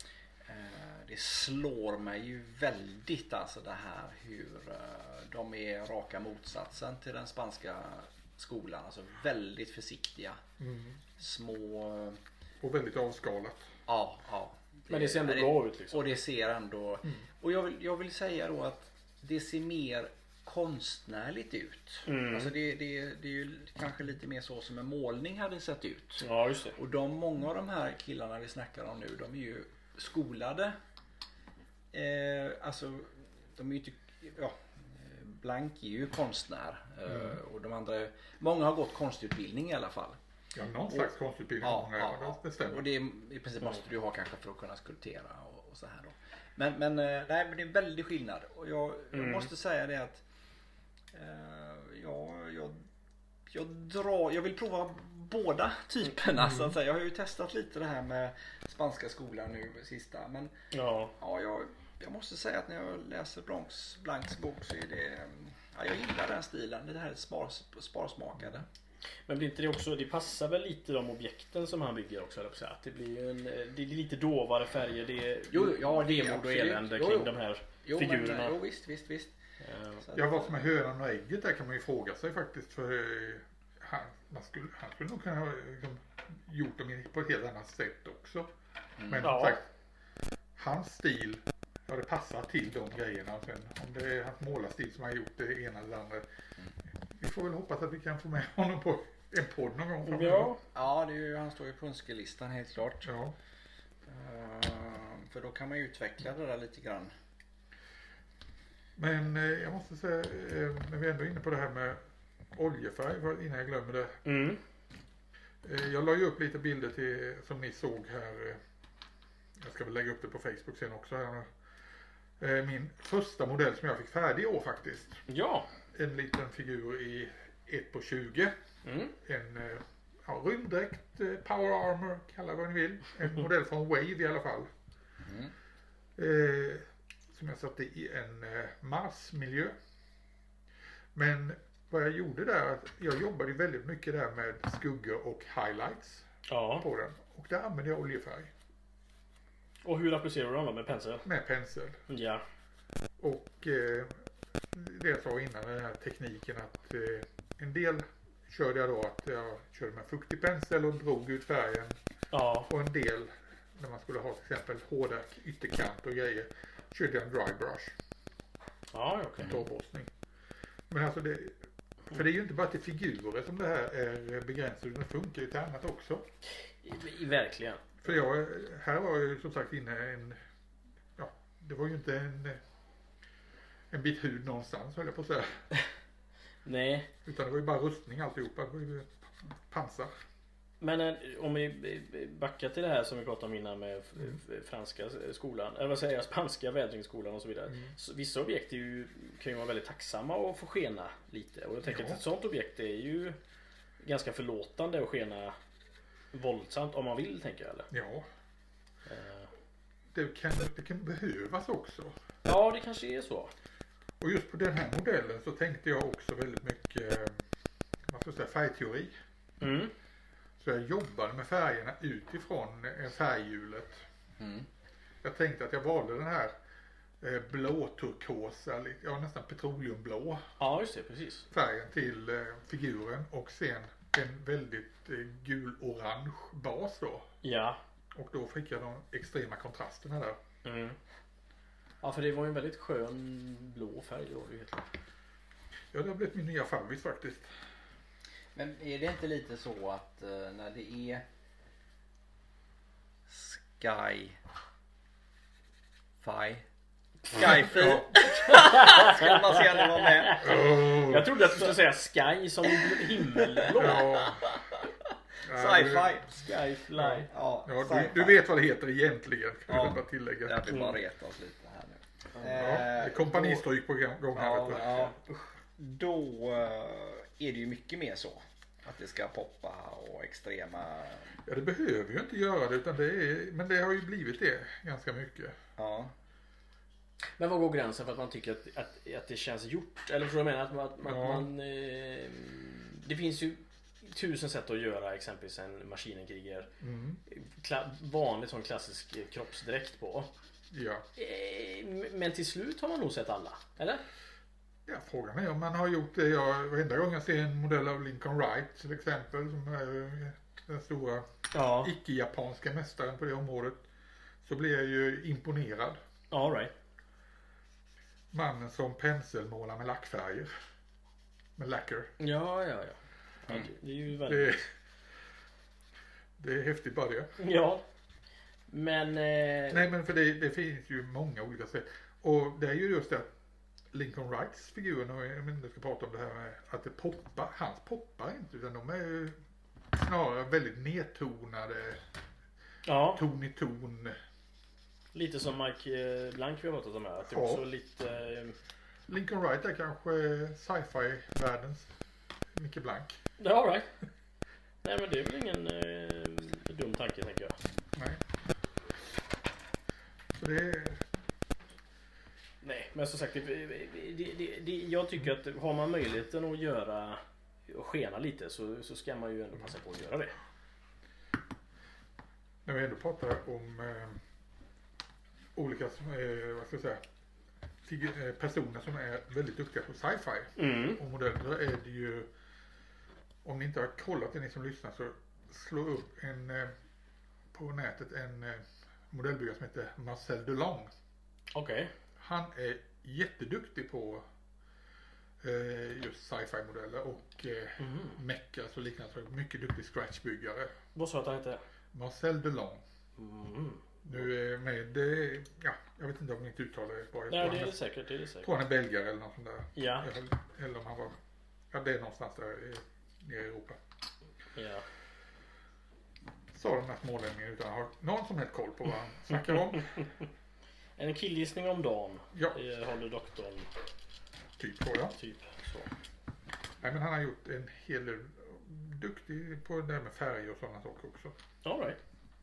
A: det slår mig ju väldigt alltså det här hur de är raka motsatsen till den spanska skolan. Alltså väldigt försiktiga. Små.
B: Och väldigt avskalat.
A: Ja.
C: Men det ser ändå bra ut liksom.
A: Och det ser ändå. Och jag vill säga då att det ser mer konstnärligt ut. Alltså det är ju kanske lite mer så som en målning hade sett ut.
C: Ja, just det.
A: Och många av de här killarna vi snackar om nu, de är ju skolade. Alltså de är ju inte, Blank är ju konstnär och de andra, många har gått konstutbildning i alla fall.
B: Ja, någon slags konstutbildning. Det stämmer.
A: Och det är, i princip måste du ha kanske för att kunna skulptera och så här då. Men nej, men det är en väldig skillnad och jag måste säga det att jag vill prova båda typerna så att säga. Jag har ju testat lite det här med spanska skolan nu sista, men jag måste säga att när jag läser Blanks bok så är det jag gillar den stilen, det här sparsmakade.
C: Men blir inte det också, det passar väl lite de objekten som han bygger också, så att det blir det är lite dovare färger, det är vemod och elände kring de här figurerna.
A: Jo, visst.
B: Ja, vad som är hönan och ägget där kan man ju fråga sig faktiskt, för han skulle nog kunna ha liksom, gjort dem på ett helt annat sätt också. Men som sagt, hans stil, det passar till de grejerna. Och sen om det är hans målarstil som har gjort det ena eller andra. Vi får väl hoppas att vi kan få med honom på en podd någon gång framöver.
A: Ja, han står ju på önskelistan helt klart.
B: Ja.
A: För då kan man ju utveckla det där lite grann.
B: Men jag måste säga, när vi ändå är inne på det här med oljefärg, innan jag glömmer det. Jag la ju upp lite bilder till, som ni såg här. Jag ska väl lägga upp det på Facebook sen också här. Min första modell som jag fick färdig i år faktiskt.
C: Ja.
B: En liten figur i 1:20. En rymddräkt, power armor, kalla vad ni vill. En modell från Wave i alla fall. Som jag satte i en Mars-miljö. Men vad jag gjorde där, att jag jobbade väldigt mycket där med skuggor och highlights på den. Och där använde jag oljefärg.
C: Och hur applicerar du dem då? Med pensel?
B: Med pensel.
C: Ja.
B: Och det jag sa innan, den här tekniken att en del körde jag då att jag körde med fuktig pensel och drog ut färgen.
C: Ja.
B: Och en del, när man skulle ha till exempel hårda ytterkant och grejer, körde jag en dry brush.
C: Ja, okej.
B: Torrborstning. Men alltså för det är ju inte bara till figurer som det här är begränsat, utan det funkar ju till annat också.
C: Verkligen.
B: För här var ju som sagt inne det var ju inte en bit hud någonstans, höll jag på att säga.
C: Nej.
B: Utan det var ju bara rustning alltihopa, det var ju pansar.
C: Men om vi backar till det här som vi pratade om innan med franska skolan, eller vad säger jag, spanska vädringsskolan och så vidare. Så vissa objekt kan ju vara väldigt tacksamma att få skena lite. Och jag tänker att ett sånt objekt är ju ganska förlåtande att skena våldsamt om man vill, tänker jag, eller?
B: Ja, Det kan behövas också.
C: Ja, det kanske är så.
B: Och just på den här modellen så tänkte jag också väldigt mycket, vad ska jag säga, färgteori.
C: Mm.
B: Så jag jobbade med färgerna utifrån färghjulet. Jag tänkte att jag valde den här blå-turkosa, nästan petroleumblå.
C: Ja, just det, precis.
B: Färgen till figuren och sen en väldigt gul-orange bas då.
C: Ja.
B: Och då fick jag de extrema kontrasterna där.
C: Mm. Ja, för det var ju en väldigt skön blå färg då, det helt klart.
B: Ja, det har blivit min nya favorit faktiskt.
A: Men är det inte lite så att när det är Skyfi ska man se det var med.
C: Jag trodde att du skulle säga sky som himmelblå.
A: Sci-fi.
C: Skyfly.
A: Ja,
B: du vet vad det heter egentligen. Kan jag bara tillägga.
A: Där vi bara retar oss lite här nu.
B: Det är kompanistryk på gång här.
A: Ja, då är det ju mycket mer så. Att det ska poppa och extrema.
B: Ja, det behöver ju inte göra det, utan men det har ju blivit det ganska mycket.
A: Ja.
C: Men vad går gränsen för att man tycker att det känns gjort? Eller för att jag menar att man det finns ju 1000 sätt att göra exempelvis en maskinenkriger. Vanligt som klassisk kroppsdräkt på.
B: Ja.
C: Men till slut har man nog sett alla, eller?
B: Ja, frågan är om man har gjort det. Varenda gång jag ser en modell av Lincoln Wright till exempel, som är den stora icke-japanska mästaren på det området, så blir jag ju imponerad.
C: All right.
B: Mannen som penselmålar med lackfärger. Med lacquer.
C: Ja. Det är ju väldigt...
B: Det är häftigt bara det.
C: Ja. Men...
B: Nej, men för det finns ju många olika sätt. Och det är ju just det att Lincoln Wrights figurer, och jag menar, jag ska prata om det här med att det poppar. Hans poppar inte, utan de är ju snarare väldigt nedtonade.
C: Ja.
B: Ton i ton.
C: Lite som Mike Blank vi har pratat om här. Att det också lite...
B: Lincoln Wright är kanske sci-fi världens Micke Blank.
C: Ja, right. Nej, men det är väl ingen dum tanke, tänker jag.
B: Nej. Så det...
C: Nej, men som sagt, jag tycker att har man möjligheten att göra och skena lite så ska man ju ändå passa på att göra det.
B: När vi ändå pratar om olika, vad ska jag säga, personer som är väldigt duktiga på sci-fi och modeller, är det ju, om ni inte har kollat det, ni som lyssnar, så slå upp på nätet en modellbyggare som heter Marcel Delong.
C: Okej.
B: Han är jätteduktig på just sci-fi modeller och mechas och liknande. Mycket duktig scratchbyggare.
C: Vad sa att han heter?
B: Marcel Delong. Nu är med det, jag vet inte om ni inte uttalar det bra.
C: Nej, det är det säkert.
B: Jag tror han är belgare eller något sånt där.
C: Ja.
B: Eller om han var, det är någonstans där nere i Europa.
C: Ja.
B: Sa den här smålänningen utan att ha någon som helst koll på vad han snackar om.
C: En killgissning om dagen.
B: Ja.
C: Håller doktorn.
B: Typ så, ja.
C: Typ så.
B: Nej, men han har gjort en hel del, duktig på det där med färg och sådana saker också.
C: All right.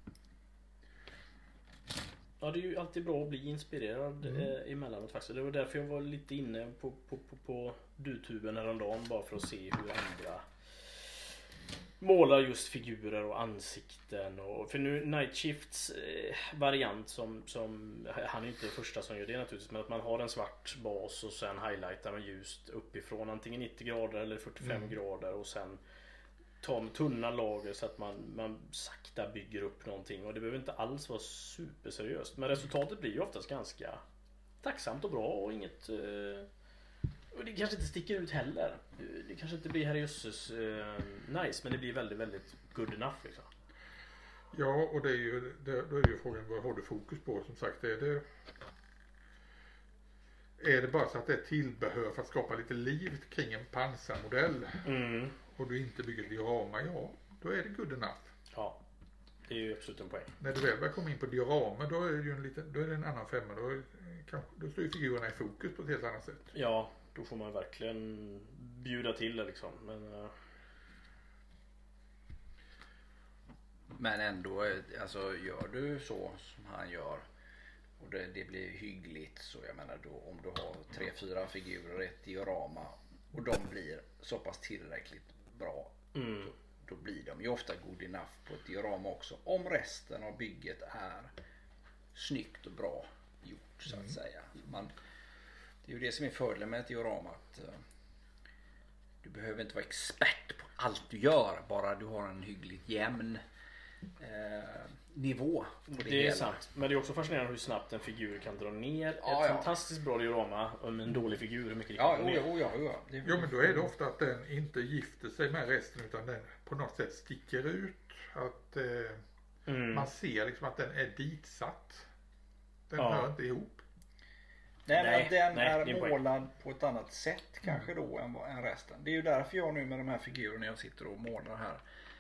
C: Ja, det är ju alltid bra att bli inspirerad emellanåt faktiskt. Det var därför jag var lite inne på dutuben häromdagen, bara för att se hur andra målar just figurer och ansikten. För nu Night Shifts variant som han är inte den första som gör det naturligtvis, men att man har en svart bas och sen highlightar man ljust uppifrån, antingen 90 grader eller 45 grader, och sen tar med tunna lager så att man sakta bygger upp någonting, och det behöver inte alls vara superseriöst, men resultatet blir ju oftast ganska tacksamt och bra och inget och det kanske inte sticker ut heller. Det kanske inte blir herrejösses nice, men det blir väldigt, väldigt good enough liksom.
B: Ja, och det är ju, då är det ju frågan, vad har du fokus på? Som sagt, är det bara så att det är tillbehör för att skapa lite liv kring en pansarmodell och du inte bygger ett diorama, då är det good enough.
C: Ja, det är ju absolut en poäng.
B: När du väl börjar komma in på diorama, då är det ju då är det en annan femma. Då står ju figurerna i fokus på ett helt annat sätt.
C: Ja, då får man verkligen bjuda till det liksom. Men
A: Men ändå, alltså gör du så som han gör och det blir hyggligt, så jag menar då om du har 3-4 figurer i ett diorama och de blir så pass tillräckligt bra, då blir de ju ofta good enough på ett diorama också, om resten av bygget är snyggt och bra gjort så att säga. Det är ju det som är fördelen med ett diorama, att du behöver inte vara expert på allt du gör, bara du har en hyggligt jämn nivå på
C: det är sant, men det är också fascinerande hur snabbt en figur kan dra ner ett fantastiskt bra diorama om en dålig figur, hur mycket det kan dra ner.
B: Jo, men då är det ofta att den inte gifter sig med resten, utan den på något sätt sticker ut, att man ser liksom att den är ditsatt, den hör inte ihop.
A: Nej, den är målad på ett annat sätt kanske då än resten. Det är ju därför jag nu med de här figurerna jag sitter och målar här.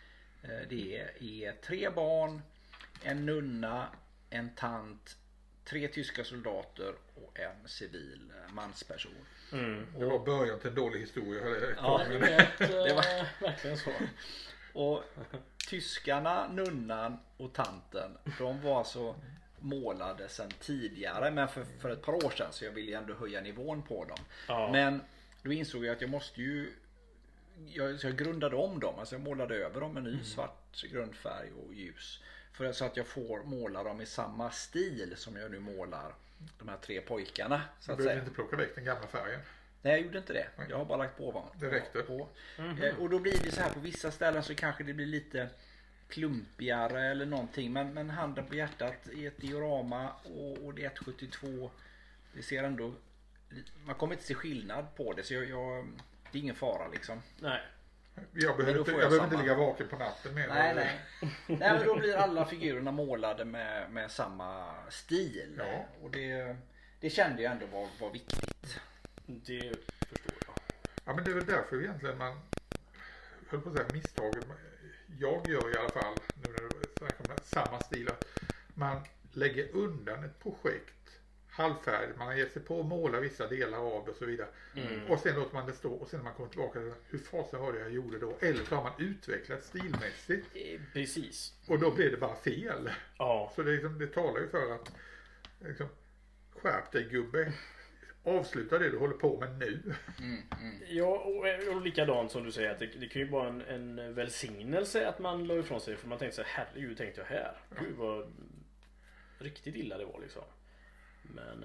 A: Det är 3 barn, en nunna, en tant, 3 tyska soldater och en civil mansperson.
B: Det var början till en dålig historia.
C: Det var verkligen så.
A: Och tyskarna, nunnan och tanten, de var alltså målade sedan tidigare, men för ett par år sedan, så jag ville ändå höja nivån på dem. Men då insåg jag att jag måste ju jag grundade om dem, alltså jag målade över dem med ny svart grundfärg och ljus, så att jag får måla dem i samma stil som jag nu målar de här 3 pojkarna, så att
B: du behöver inte plocka väck den gamla färgen.
A: Nej, jag gjorde inte det. Jag har bara lagt på ovan.
B: Det räckte.
A: Och då blir det så här, på vissa ställen så kanske det blir lite klumpigare eller någonting, men handen på hjärtat i ett diorama och det är 1,72, det ser ändå, man kommer inte se skillnad på det, så det är ingen fara liksom.
C: Nej.
B: Jag behöver inte ligga vaken på natten med.
A: Nej, men då blir alla figurerna målade med samma stil. Ja. Och det kände jag ändå var viktigt.
C: Det förstår jag.
B: Ja, men det är väl därför egentligen man höll på att säga misstaget. Jag gör i alla fall nu när det snackar om samma stil, att man lägger undan ett projekt halvfärdigt, man har gett sig på att måla vissa delar av det och så vidare, och sen låter man det stå, och sen när man kommer tillbaka, hur fasen var det jag gjorde då, eller så har man utvecklat stilmässigt,
C: precis,
B: och då blir det bara fel. Så det talar ju för att liksom, skärp dig gubbe, avsluta det du håller på med nu.
C: Ja, och likadant som du säger, att det kan ju vara en välsignelse att man la ifrån sig, för man tänkte så här, herregud, tänkte jag här, gud vad riktigt illa det var liksom. Men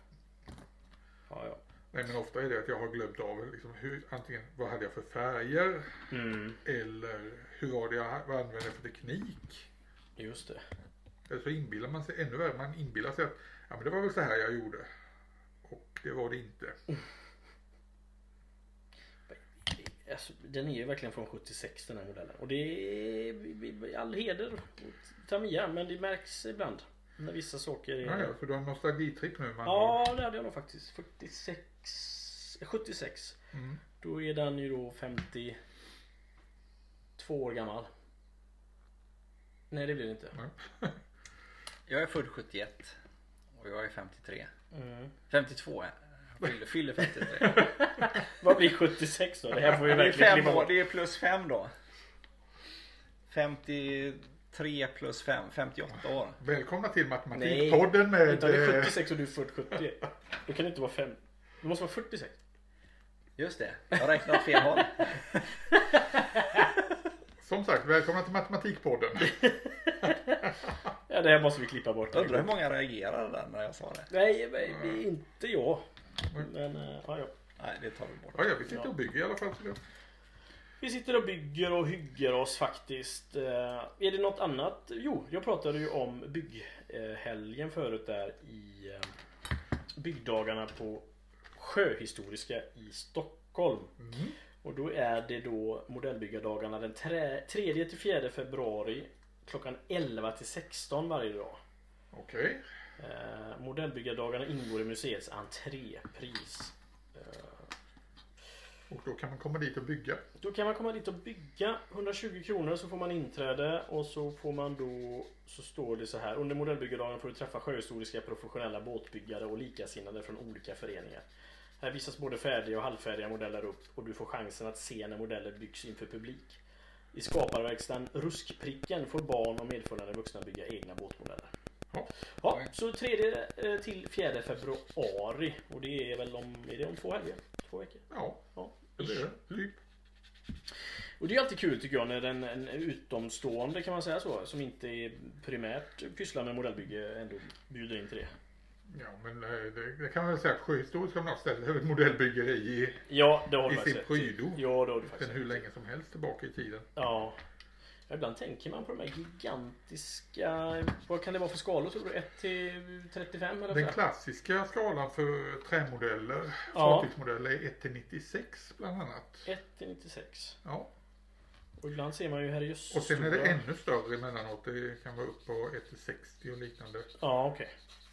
B: Nej, men ofta är det att jag har glömt av liksom, antingen vad hade jag för färger, eller hur var det vad använde jag för teknik.
C: Just det.
B: Eller så inbillar man sig ännu värre, man inbillar sig att men det var väl så här jag gjorde, och det var det inte.
C: Alltså, den är ju verkligen från 76, den här modellen, och det är all heder Tamiya, men det märks ibland när vissa saker är...
B: Ja, för du har en nostalgitripp nu.
C: Ja, det hade jag nog faktiskt. 76. Då är den ju då 52 år gammal. Nej, det blir det inte.
A: Jag är född 71 och jag är 53. 52 fyller 53.
C: Vad blir 76 då? Det här får ju verkligen
A: kliva bort. Det är plus 5 då. 53 plus 5, 58 år.
B: Välkomna till Matematikpodden med...
C: Utan det är 76 och du är 70. Det kan inte vara 5. Det måste vara 46.
A: Just det, jag räknar åt fel håll.
B: Som sagt, välkomna till Matematikpodden.
C: Ja, det här måste vi klippa bort.
A: Undrar hur många reagerade där när jag sa det?
C: Nej, inte jag. Men, ja.
A: Nej, det tar vi bort.
B: Ja, vi sitter och bygger i alla fall. Så det...
C: Vi sitter och bygger och hygger oss faktiskt. Är det något annat? Jo, jag pratade ju om bygghelgen förut där i byggdagarna på Sjöhistoriska i Stockholm. Och då är det då modellbyggardagarna den 3-4 februari klockan 11-16 varje dag.
B: Okej.
C: Modellbyggardagarna ingår i museets entrépris.
B: Och då kan man komma dit och bygga.
C: Då kan man komma dit och bygga. 120 kronor så får man inträde, och så får man då, så står det så här: under modellbyggardagen får du träffa sjöhistoriska professionella båtbyggare och likasinnade från olika föreningar. Här visas både färdiga och halvfärdiga modeller upp, och du får chansen att se när modeller byggs inför publik. I skaparverkstan Ruskpricken får barn och medföljande vuxna bygga egna båtmodeller. Ja, så 3 till 4 februari. Och det är väl om 2 helger? 2 veckor?
B: Ja. Det är det. Typ.
C: Och det är alltid kul tycker jag när en utomstående kan man säga så, som inte är primärt pysslar med modellbygge ändå bjuder in till det.
B: Ja, men det kan man väl säga att Sjöhistoriska har ställt ett modellbyggeri i sin prydo.
C: Ja, det har du faktiskt.
B: Sen hur länge som helst tillbaka i tiden.
C: Ja. Ibland tänker man på de här gigantiska, vad kan det vara för skalor tror du? 1 till 35 eller så?
B: Den klassiska skalan för trämodeller, fartygsmodeller är 1 till 96 bland annat.
C: 1 till 96.
B: Ja.
C: Och ibland ser man ju här just.
B: Och sen är det ännu större emellanåt. Det kan vara upp på 1 till 60 och liknande.
C: Ja, okej.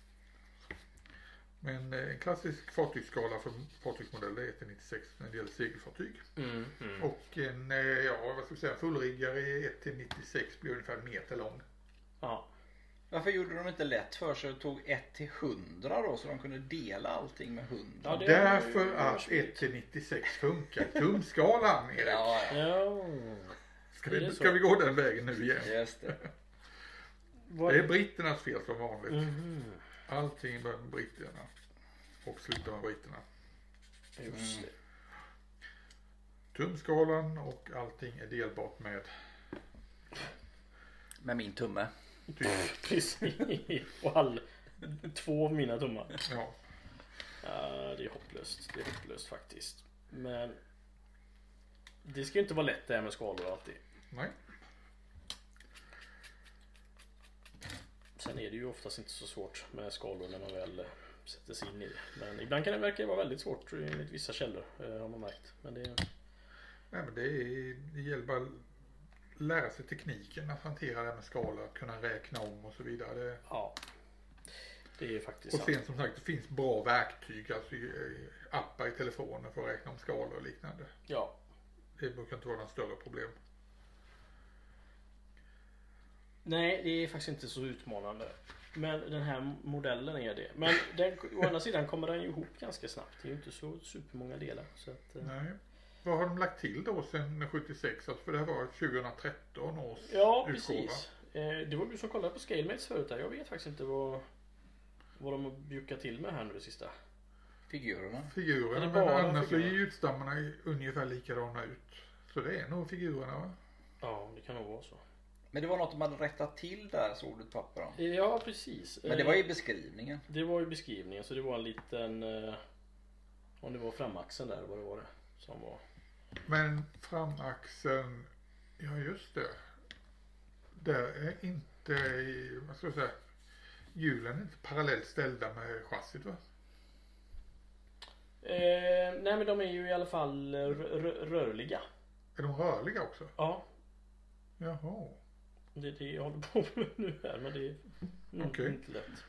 B: Men en klassisk fartygsskala för fartygsmodeller är 1 till 96 när det gäller segelfartyg. Och en fullriggare är 1 till 96 blir ungefär en meter lång.
C: Ja.
A: Varför gjorde de inte lätt för sig och tog 1 till 100 då så de kunde dela allting med 100?
B: Ja, därför att 1 till 96 funkar i tumskalan, Erik.
C: Ja.
B: Ska vi gå den vägen nu igen?
A: Just det.
B: Det är britternas fel som vanligt. Allting börjar med britterna och slutar med britterna.
C: Just det.
B: Tumskalan och allting är delbart med
A: min tumme.
C: Precis. Och 2 av mina tummar.
B: Ja.
C: Det är hopplöst. Det är hopplöst faktiskt. Men det ska ju inte vara lätt det här med skalor alltid.
B: Nej.
C: Sen är det ju oftast inte så svårt med skalor när man väl sätter sig in i det. Men ibland kan det verka vara väldigt svårt enligt vissa källor har man märkt. Men det...
B: Nej, men det gäller bara lära sig tekniken att hantera det här med skalor, att kunna räkna om och så vidare.
C: Ja, det är faktiskt
B: och sen som sagt, det finns bra verktyg, alltså appar i telefonen för att räkna om skalor och liknande.
C: Ja.
B: Det brukar inte vara någon större problem.
C: Nej, det är faktiskt inte så utmanande. Men den här modellen är det. Men å andra sidan kommer den ju ihop ganska snabbt. Det är ju inte så supermånga delar. Så att,
B: Nej. Vad har de lagt till då sen 76? Alltså för det här var 2013 års
C: ja,
B: utgåva.
C: Precis. Det var du som kollade på Scalemates förut där. Jag vet faktiskt inte vad de har bjuckat till med här nu det sista.
A: Figurerna,
B: men annars så är ljudstammarna ungefär likadana ut. Så det är nog figurerna, va?
C: Ja, det kan nog vara så.
A: Men det var något de hade rättat till där, såg du ett papper om?
C: Ja, precis.
A: Men det var i beskrivningen.
C: Det var i beskrivningen, så det var en liten... om det var framaxeln där, vad det var det som var...
B: Men framaxeln, ja just det. Där är inte, vad ska jag säga, hjulen är inte parallellt ställda med chassit, va?
C: Nej, men de är ju i alla fall rörliga.
B: Är de rörliga också?
C: Ja.
B: Jaha.
C: Det är det jag håller på med nu här, men det är inte lätt.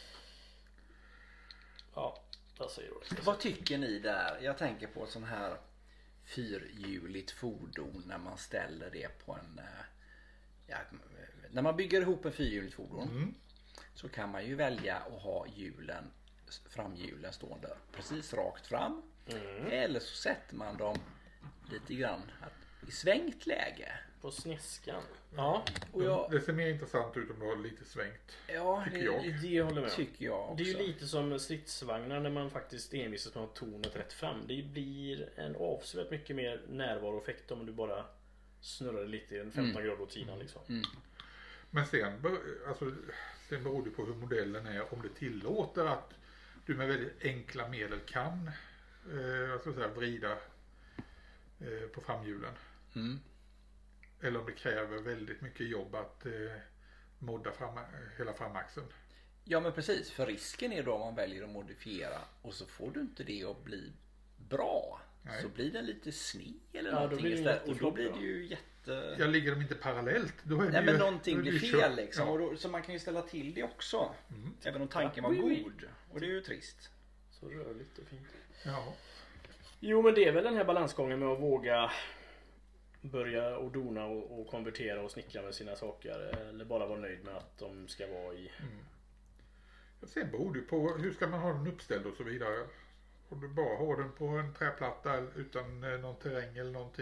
C: Ja, vad säger du?
A: Vad tycker ni där? Jag tänker på ett sån här fyrhjuligt fordon när man ställer det på en... när man bygger ihop en fyrhjuligt fordon så kan man ju välja att ha framhjulen stående precis rakt fram. Eller så sätter man dem lite grann i svängt läge.
C: På snäskan. Ja.
B: Och det ser mer intressant ut om du har lite svängt.
A: Ja,
C: det håller med.
A: Tycker jag också.
C: Det är ju lite som stridsvagnar när man faktiskt envisas med att ha tornet rätt fram. Det blir en avsevärt mycket mer närvaroeffekt om du bara snurrar lite i en 15 grader åt sidan liksom.
B: Men sen beror det på hur modellen är, om det tillåter att du med väldigt enkla medel kan vrida på framhjulen. Eller om det kräver väldigt mycket jobb att modda hela framaxeln.
A: Ja, men precis, för risken är då om man väljer att modifiera och så får du inte det att bli bra. Nej. Så blir den lite sned eller någonting istället. Och då blir det ju jätte...
B: Ja, ligger de inte parallellt? Då är
A: nej, men någonting blir fel liksom. Ja. Och då, så man kan ju ställa till det också. Även om tanken var god. Och det är ju trist.
C: Så rörligt och fint.
B: Ja.
C: Jo, men det är väl den här balansgången med att våga börja och dona och konvertera och snickra med sina saker. Eller bara vara nöjd med att de ska vara i...
B: Sen beror det på hur ska man ha den uppställd och så vidare. Om du bara har den på en träplatta utan någon terräng eller någonting. Och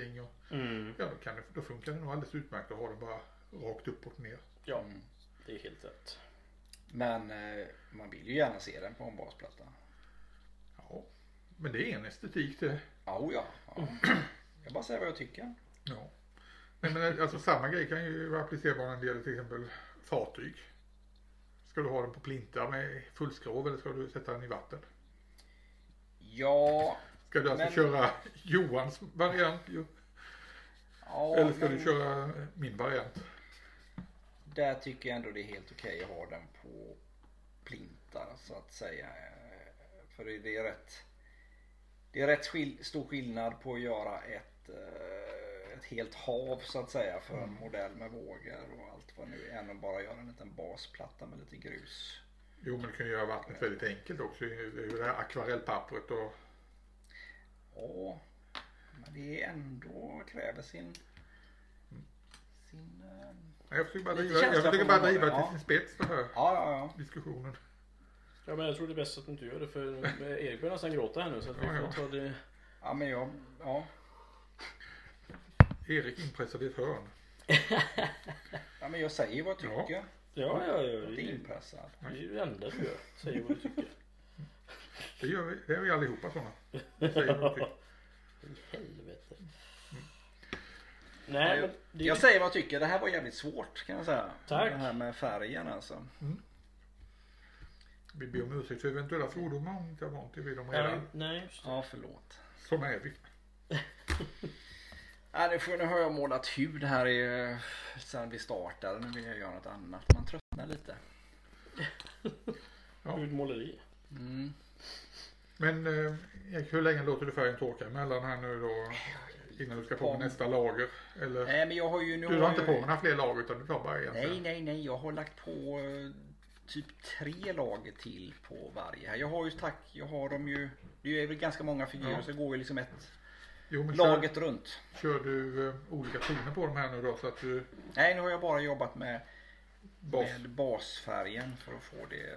B: Ja, då funkar det nog alldeles utmärkt att ha den bara rakt upp och ner.
C: Ja, det är helt rätt.
A: Men man vill ju gärna se den på en basplatta.
B: Ja, men det är en estetik det.
A: Ja. Jag bara säger vad jag tycker.
B: Ja. Nej, men alltså samma grej kan ju vara applicerbar när det gäller till exempel fartyg. Ska du ha den på plintar med fullskrov eller ska du sätta den i vatten?
A: Ja.
B: Ska du alltså köra Johans variant? Ja, eller ska du köra min variant?
A: Där tycker jag ändå det är helt okej att ha den på plintar så att säga. För det är rätt stor skillnad på att göra ett helt hav så att säga för en modell med vågor och allt vad nu är än att bara göra en liten basplatta med lite grus.
B: Jo, men du kan ju göra vattnet väldigt enkelt också. Det är ju det här akvarellpappret och...
A: Ja, men det är ändå kräver sin
B: jag försöker bara driva till sin spets det här diskussionen.
C: Ja, men jag tror det är bäst att du inte gör det för Erik börjar nästan gråta här nu så att vi får ta det.
A: Ja, men
B: Erik inpressad i ett hörn.
A: Ja, men jag säger vad jag tycker.
C: Ja.
A: Det är inpressad.
C: Det är ju det enda du gör. Säger vad du tycker.
B: Det gör vi. Det är vi allihopa sådana. Säger vad jag tycker.
C: Helvete. Nej, men
A: jag säger vad jag tycker. Det här var jävligt svårt kan jag säga.
C: Tack.
A: Det här med färgen alltså.
B: Vi ber om ursäkt för eventuella svordomar om inte jag vant vid dem redan.
C: Nej.
A: Ja, förlåt.
B: Som är vi.
A: Nu har jag målat hud här sen vi startade. Nu vill jag göra något annat. Man tröttnar lite.
C: Hudmåleri.
B: Men Erik, hur länge låter du färgen torka mellan här nu då? Innan du ska på med nästa lager? Eller?
A: Nej, men jag har ju...
B: Du har inte på med några fler lager utan du tar bara en.
A: Nej. Jag har lagt på typ 3 lager till på varje här. Jag har dem ju... Det är väl ganska många figurer så det går ju liksom laget runt.
B: Kör du olika toner på de här nu då så att du...
A: Nej, nu har jag bara jobbat med basfärgen för att få det...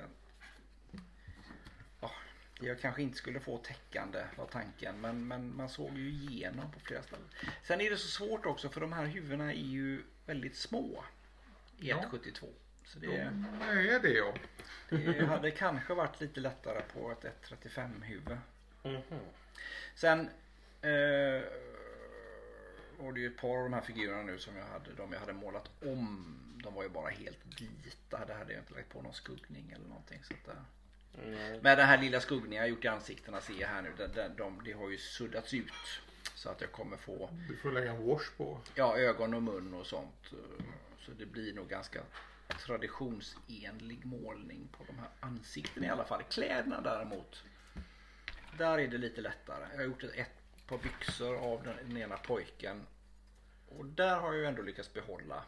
A: Det jag kanske inte skulle få täckande var tanken, men man såg ju igenom på flera ställen. Sen är det så svårt också för de här huvudena är ju väldigt små i 1.72. Så det
B: är det ja.
A: Det hade kanske varit lite lättare på ett 1.35 huvud. Sen var det ju ett par av de här figurerna nu som jag hade målat om. De var ju bara helt vita. Det hade jag inte lagt på någon skuggning eller någonting så att med den här lilla skuggningen jag har gjort i ansiktena ser jag här nu, det har ju suddats ut så att jag kommer få...
B: Du får lägga en wash på.
A: Ja, ögon och mun och sånt. Så det blir nog ganska traditionsenlig målning på de här ansiktena i alla fall. Kläderna däremot, där är det lite lättare. Jag har gjort ett par byxor av den ena pojken och där har jag ändå lyckats behålla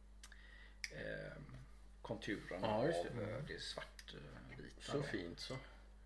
A: konturen av det svart.
C: Så fint så.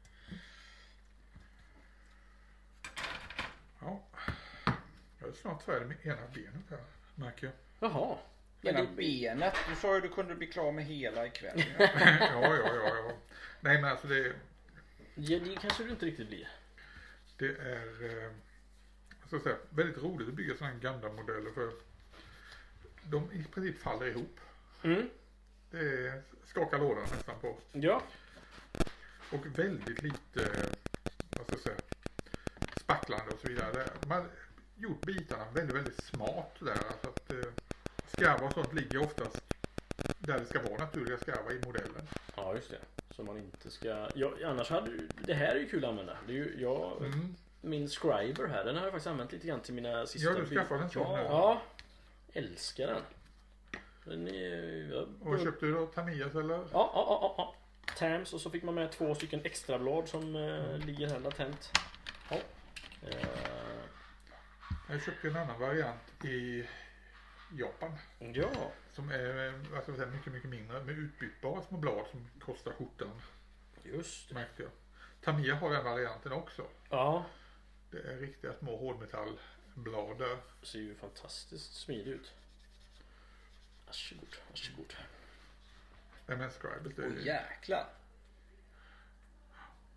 B: Ja. Jag är snart färdig med ena benet här, märker jag.
C: Jaha.
A: Ena benet? Du sa ju du kunde bli klar med hela ikväll.
B: Ja. Nej men alltså det
C: kanske du inte riktigt blir.
B: Det är så att säga, väldigt roligt att bygga sådana här gamla modeller för de i princip faller ihop. Det är skaka lådan nästan på.
C: Ja.
B: Och väldigt lite, vad ska jag säga, spacklande och så vidare. Man har gjort bitarna väldigt, väldigt smart där. Alltså att skarvar och sånt ligger oftast där det ska vara naturliga skarvar i modellen.
C: Ja, just det. Så man inte ska... Ja, annars hade det här är ju kul att använda. Det är ju, min Scriber här, den har jag faktiskt använt lite grann till mina sista...
B: Ja, du skaffade en sån här.
C: Ja, älskar den. Den är...
B: Och köpte du då Tamias eller?
C: Ja. Tams och så fick man med 2 stycken extra blad som ligger här latent. Ja.
B: Jag köpte en annan variant i Japan.
C: Ja.
B: Som är alltså, mycket, mycket mindre med utbytbara små blad som kostar skjortan.
C: Just det.
B: Märkte jag. Tamiya har den varianten också.
C: Ja.
B: Det är riktiga små hårdmetallblad där.
C: Det ser ju fantastiskt smidigt ut. Varsågod.
B: Nej men Scriber.
A: Jäklar.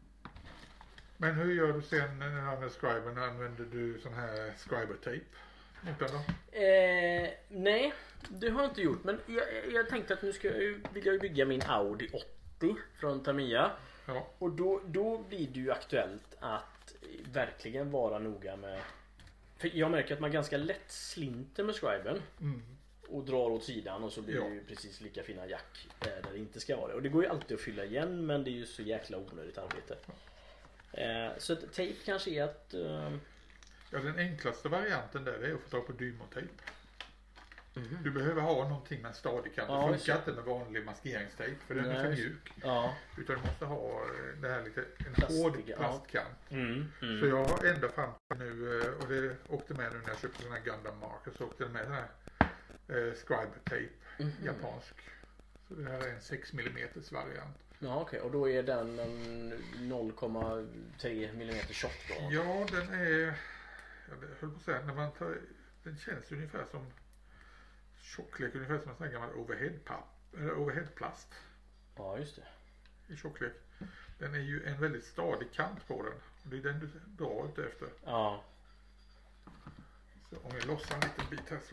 B: Men hur gör du sen när du använder Scriber? Använder du sån här Scriber-tape? mot den då?
C: Nej, det har jag inte gjort. Men jag tänkte att nu vill jag bygga min Audi 80 från Tamiya.
B: Ja.
C: Och då blir det ju aktuellt att verkligen vara noga med... För jag märker att man ganska lätt slinter med scriben. Och drar åt sidan och så blir det ju precis lika fina jack där det inte ska vara det. Och det går ju alltid att fylla igen, men det är ju så jäkla onödigt arbete. Så att tejp kanske är att...
B: Ja, den enklaste varianten där är att få tag på Dymo-tejp. Du behöver ha någonting med en stadig kant. Det funkar inte med vanlig maskeringstejp för den är för mjuk. Ja. Utan du måste ha det här lite hård plastkant. Så jag har ända fram nu, och det åkte med nu när jag köpte den här Gundam Marker, så åkte det med den här scribe-tejp, japansk. Så det här är en 6 mm variant.
C: Ja, okej. Och då är den en 0,3 mm tjock då?
B: Ja, den är, jag höll på att säga, när man tar, den känns ungefär som tjocklek, ungefär som en sån här gammal overheadplast.
C: Ja, just det.
B: I tjocklek. Den är ju en väldigt stadig kant på den. Och det är den du drar ut efter.
C: Ja.
B: Så om vi lossar en liten bit här så...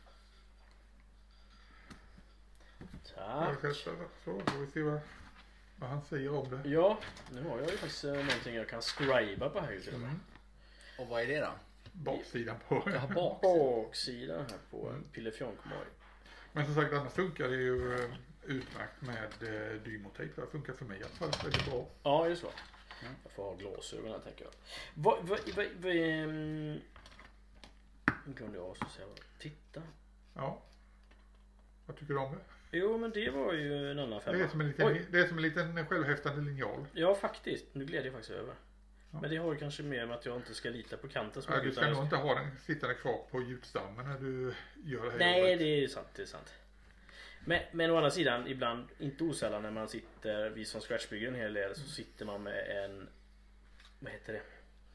C: Tack.
B: Så får vi se vad han säger om det.
C: Ja, nu har jag ju faktiskt någonting jag kan scriba på här.
A: Och vad är det då?
B: Baksidan på.
A: Ja,
C: baksidan här på Pillefjonkomoj.
B: Men som sagt, annars funkar det ju utmärkt med Dymo-tejp. Det funkar för mig i alla fall väldigt bra.
C: Ja, just så. Jag får ha glasögon här, tänker jag. Nu glömde jag också säga. Titta.
B: Ja. Vad tycker du om det?
C: Jo, men det var ju en annan femma.
B: Det är som en liten självhäftande linjal.
C: Ja, faktiskt. Nu gled jag faktiskt över. Ja. Men det har ju kanske mer med att jag inte ska lita på kanten.
B: Ja, du ska nog inte ha den sittande kvar på gjutstammen när du gör det här.
C: Nej, jobbet. Det är sant. Men å andra sidan, ibland, inte osällan när man sitter, vi som scratchbygger en hel del, så sitter man med en, vad heter det?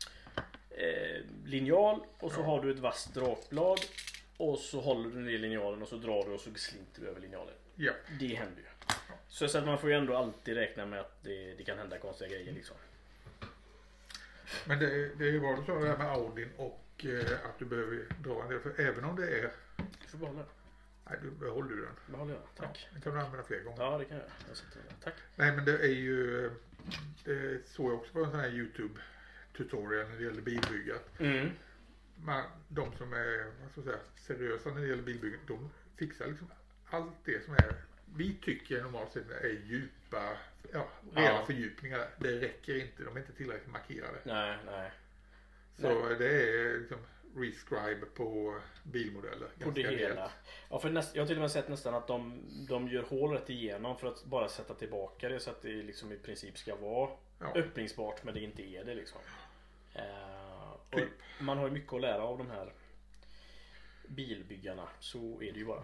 C: Linjal och så har du ett vasst drakblad och så håller du ner linjalen och så drar du och så slinter du över linjalen.
B: Ja.
C: Det händer ju. Så att man får ju ändå alltid räkna med att det kan hända konstiga grejer liksom.
B: Men det är ju bra du sa det här med Audin och att du behöver dra en del, för även om det är...
C: Du får behålla den.
B: Nej, du behåller den.
C: Behåller jag, tack.
B: Ja, den kan du använda fler gånger.
C: Ja, det kan jag sätter den. Tack.
B: Nej, men det är ju... Det såg jag också på en sån här YouTube-tutorial när det gäller bilbygget. De som är, vad ska jag säga, seriösa när det gäller bilbygget, de fixar liksom allt det som är... Vi tycker normalt sett är djupa, rena fördjupningar. Det räcker inte, de är inte tillräckligt markerade.
C: Nej.
B: Så det är liksom rescribe på bilmodeller.
C: På det hela. Ja, för jag har till och med sett nästan att de gör hål rätt igenom för att bara sätta tillbaka det så att det liksom i princip ska vara öppningsbart, men det inte är det liksom. Och man har ju mycket att lära av de här bilbyggarna, så är det ju bara.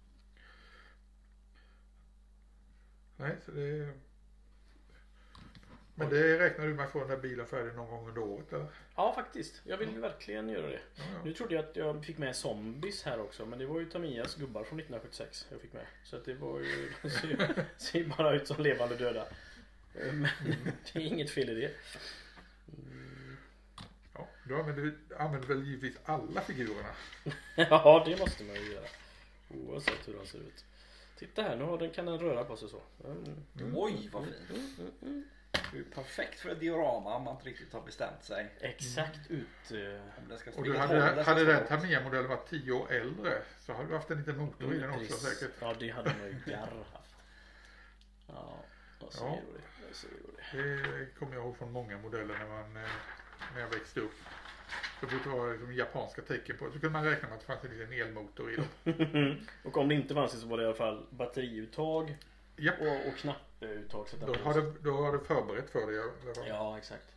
B: Nej, så det... Men det räknar du med att få den här bilen färdig någon gång under året, eller?
C: Ja, faktiskt. Jag vill verkligen göra det. Ja. Nu trodde jag att jag fick med Zombies här också, men det var ju Tamiyas gubbar från 1976 jag fick med. Så att det var ju... ser bara ut som levande döda. Men det är inget fel i det.
B: Ja, du använder väl givetvis alla figurerna?
C: Ja, det måste man ju göra. Oavsett hur de ser ut. Titta här, kan den röra på sig så.
A: Oj, vad fint. Det är perfekt för ett diorama om man inte riktigt har bestämt sig.
C: Exakt ut.
A: Om det ska
B: och du hade den Tamiya-modellen varit 10 år äldre så hade du haft en liten motor i den också säkert.
C: Ja, det hade man ju garr haft. Ja, vad säger du det?
B: Det kommer jag ihåg från många modeller när jag växte upp. Det brukade vara liksom japanska tecken på. Så kunde man räkna med att det fanns en liten elmotor i dem.
C: Och om det inte fanns så var det i alla fall batteriuttag och knapputtag.
B: Då har du förberett för det.
C: Ja, exakt.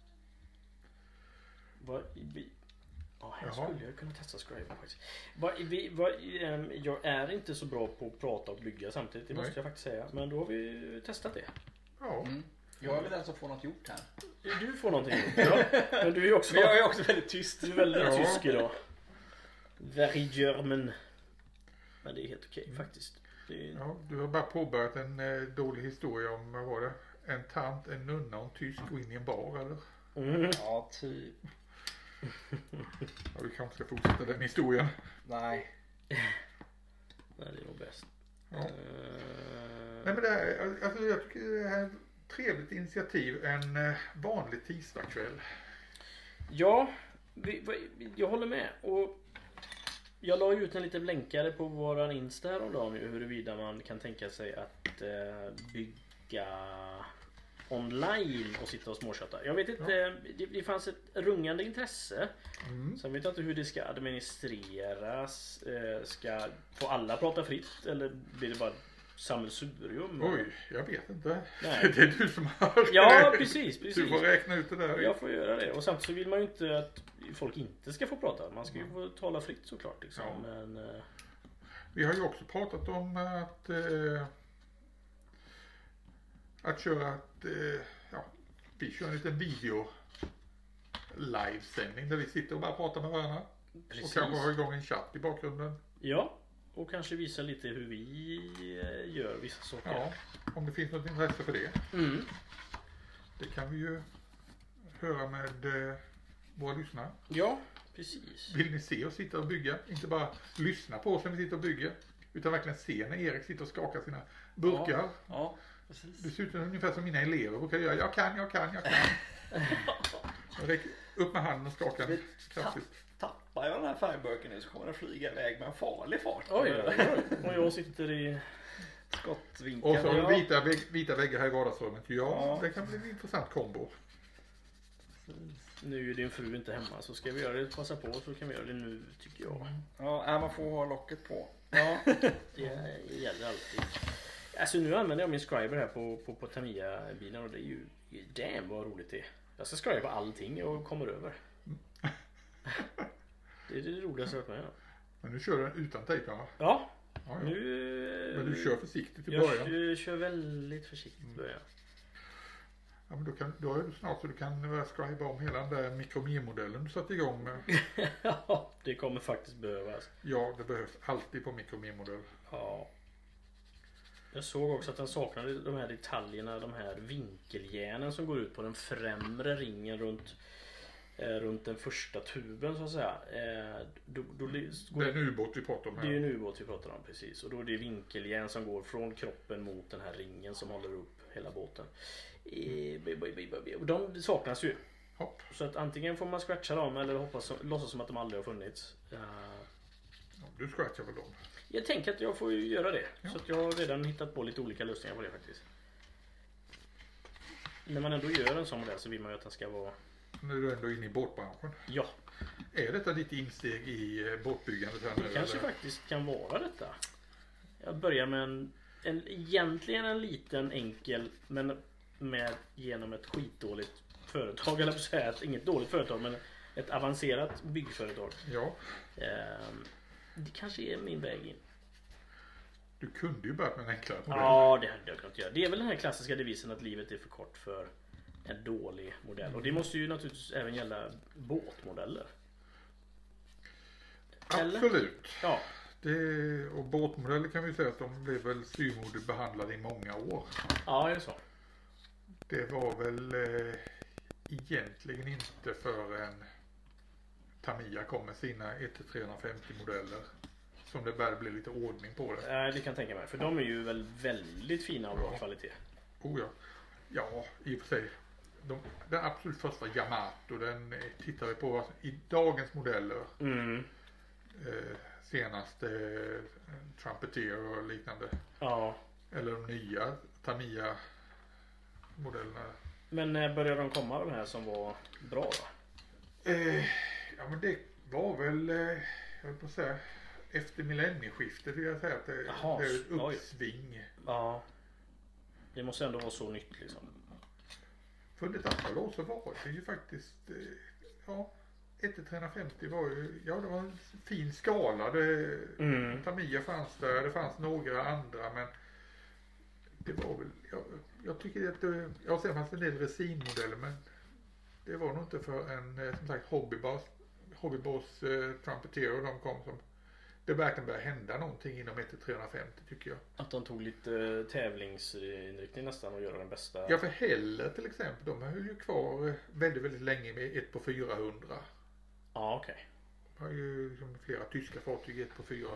C: Här skulle jag kunna testa Scribe faktiskt. Jag är inte så bra på att prata och bygga samtidigt, det måste jag faktiskt säga. Men då har vi testat det.
B: Ja.
A: Jag vill alltså få något gjort här.
C: Du får någonting gjort, ja. Men du är också...
A: Men jag är också väldigt tyst.
C: Du är väldigt tysk idag. Very German. Men det är helt okej faktiskt.
B: Ja, du har bara påbörjat en dålig historia om, vad var det? En tant, en nunna och en tysk och in i en bar, eller?
A: Ja, typ.
B: Ja, vi kanske ska fortsätta den historien.
A: Nej.
C: Nej, det är nog bäst.
B: Ja. Nej, men det här, alltså, jag tycker det här är ett trevligt initiativ. En vanlig tisdagskväll.
C: Ja, jag håller med. Och jag la ut en liten länkare på våran Insta häromdagen huruvida man kan tänka sig att bygga online och sitta och småchatta. Jag vet inte, det fanns ett rungande intresse. Sen vet jag inte hur det ska administreras. Ska få alla prata fritt eller blir det bara sammelsurium?
B: Oj, jag vet inte.
C: Nej.
B: Det är du som har...
C: Ja, precis.
B: Du får räkna ut det där.
C: Jag får göra det. Och samtidigt så vill man ju inte att folk inte ska få prata. Man ska ju få tala fritt såklart. Liksom.
B: Ja.
C: Men,
B: vi har ju också pratat om att köra vi kör en liten video livesändning där vi sitter och bara pratar med varandra. Precis. Och kanske har igång en chatt i bakgrunden.
C: Ja, och kanske visa lite hur vi gör vissa saker.
B: Ja, om det finns något intresse för det. Det kan vi ju höra med våra lyssnare.
C: Ja, precis.
B: Vill ni se oss sitta och bygga? Inte bara lyssna på oss när vi sitter och bygger. Utan verkligen se när Erik sitter och skakar sina burkar.
A: Ja, precis.
B: Det ser ut ungefär som mina elever brukar göra. Jag kan. Jag räcker upp med handen och skakar kraftigt.
A: Tappar jag den här färgburken nu så kommer den flyga iväg med en farlig fart.
C: Oj. Och jag sitter i
A: skottvinkel.
B: Och så har du vita väggar här i vardagsrummet. Ja, det kan bli en intressant kombo.
C: Nu är ju din fru inte hemma så ska vi göra det, passa på så kan vi göra det nu tycker jag.
A: Ja, man får ha locket på.
C: Ja, det gäller alltid. Alltså nu använder jag min scriber här på Tamiya-bilen och det är ju damn vad roligt det är. Jag ska skriva allting och kommer över. Det är det roligaste jag har varit med.
B: Men nu kör du utan tejp, va?
C: Ja.
B: Nu... Men du kör försiktigt i början.
C: Jag kör väldigt försiktigt i början.
B: Ja, men då är du snart så du kan skriva om hela den där Micromi-modellen du satt igång med.
C: Ja, det kommer faktiskt behövas.
B: Ja, det behövs alltid på Micromi-modell.
C: Ja. Jag såg också att den saknade de här detaljerna, de här vinkeljärnen som går ut på den främre ringen runt den första tuben så att säga.
B: Det är en ubåt vi pratar om här.
C: Det är en ubåt vi pratar om, precis. Och då är det vinkeljärn som går från kroppen mot den här ringen som håller upp hela båten. De saknas ju.
B: Hopp.
C: Så att antingen får man scratcha dem eller låtsas som att de aldrig har funnits.
B: Du scratchar väl dem?
C: Jag tänker att jag får ju göra det.
B: Ja.
C: Så att jag har redan hittat på lite olika lösningar på det faktiskt. När man ändå gör en sån modell så vill man ju att den ska vara...
B: Nu är du ändå inne i båtbranschen.
C: Ja.
B: Är detta ditt insteg i båtbyggandet här nu?
C: Det kanske faktiskt kan vara detta. Jag börjar med egentligen en liten enkel men genom ett skitdåligt företag eller så säga inget dåligt företag men ett avancerat byggföretag.
B: Ja.
C: Det kanske är min väg in.
B: Du kunde ju börjat med en enklare modell.
C: Ja, det hade jag kunnat göra. Det är väl den här klassiska devisen att livet är för kort för en dålig modell. Och det måste ju naturligtvis även gälla båtmodeller. Eller?
B: Absolut.
C: Ja.
B: Och båtmodeller kan vi säga att de blev väl styvmoderligt behandlade i många år.
C: Ja, är det så?
B: Det var väl egentligen inte förrän Tamiya kom med sina 1-350 modeller som det började bli lite ordning på det.
C: Det kan jag tänka mig. För de är ju väl väldigt fina och bra kvalitet.
B: Oh ja. Ja, i och för sig. Den absolut första Yamato, den tittar vi på i dagens modeller. Senaste Trumpeter och liknande.
C: Ja.
B: Eller de nya Tamiya modellerna.
C: Men när började de komma de här som var bra då?
B: Ja men det var väl, jag vill på säga, efter millennieskiftet vill jag säga att det är ett uppsving.
C: Ja. Det måste ändå vara så nytt liksom.
B: För ett antal år så var det ju faktiskt, 1-350 var ju, det var en fin skala. Tamiya fanns där, det fanns några andra men det var väl, jag tycker att sen fanns en del resinmodeller men det var nog inte för en som sagt hobbyboss Trumpeter och de kom som det verkligen började hända någonting inom 1-350 tycker jag.
C: Att de tog lite tävlingsinriktning nästan och göra den bästa.
B: Ja för Heller till exempel, de höll ju kvar väldigt, väldigt länge med 1 på 400.
C: Ja, okej.
B: Det var ju liksom flera tyska fartyg, ett på 400.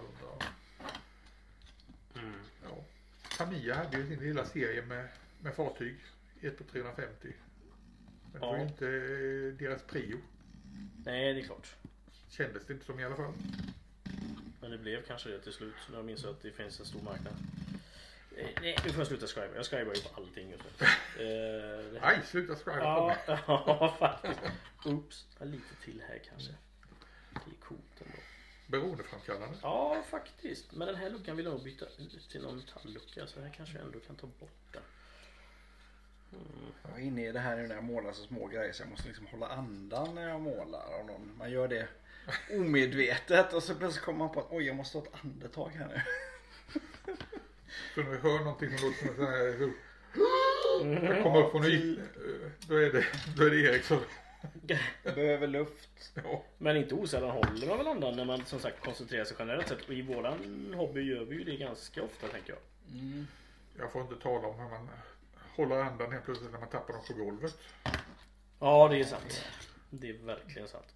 B: Ja. Tamiya hade ju sin lilla serie med fartyg, ett på 350. Men det var ju inte deras prio.
C: Nej, det är klart.
B: Kändes det inte som i alla fall.
C: Men det blev kanske det till slut. När jag minns att det finns en stor marknad. Nej, nu får jag sluta skriva. Jag skriver ju på allting just nu.
B: Nej, sluta skriva på mig.
C: Ja, faktiskt. Oops, lite till här kanske. Det är coolt ändå.
B: Beroendeframkallande.
C: Ja, faktiskt. Men den här luckan vill jag nog byta ut till någon metalllucka. Så här kanske jag ändå kan ta bort den.
A: Jag är inne i det här nu när jag målar så små grejer så jag måste liksom hålla andan när jag målar. Man gör det omedvetet och så plötsligt kommer man på att oj, jag måste ha ett andetag här nu.
B: Så när vi hör någonting som låter som en sån här jag kommer upp från då är det Erik som
A: behöver luft.
B: Ja.
C: Men inte osällan håller man väl andan när man som sagt koncentrerar sig generellt sett. Och i våran hobby gör vi ju det ganska ofta, tänker jag.
B: Jag får inte tala om hur man håller andan helt plötsligt när man tappar dem på golvet.
C: Ja, det är sant. Det är verkligen sant.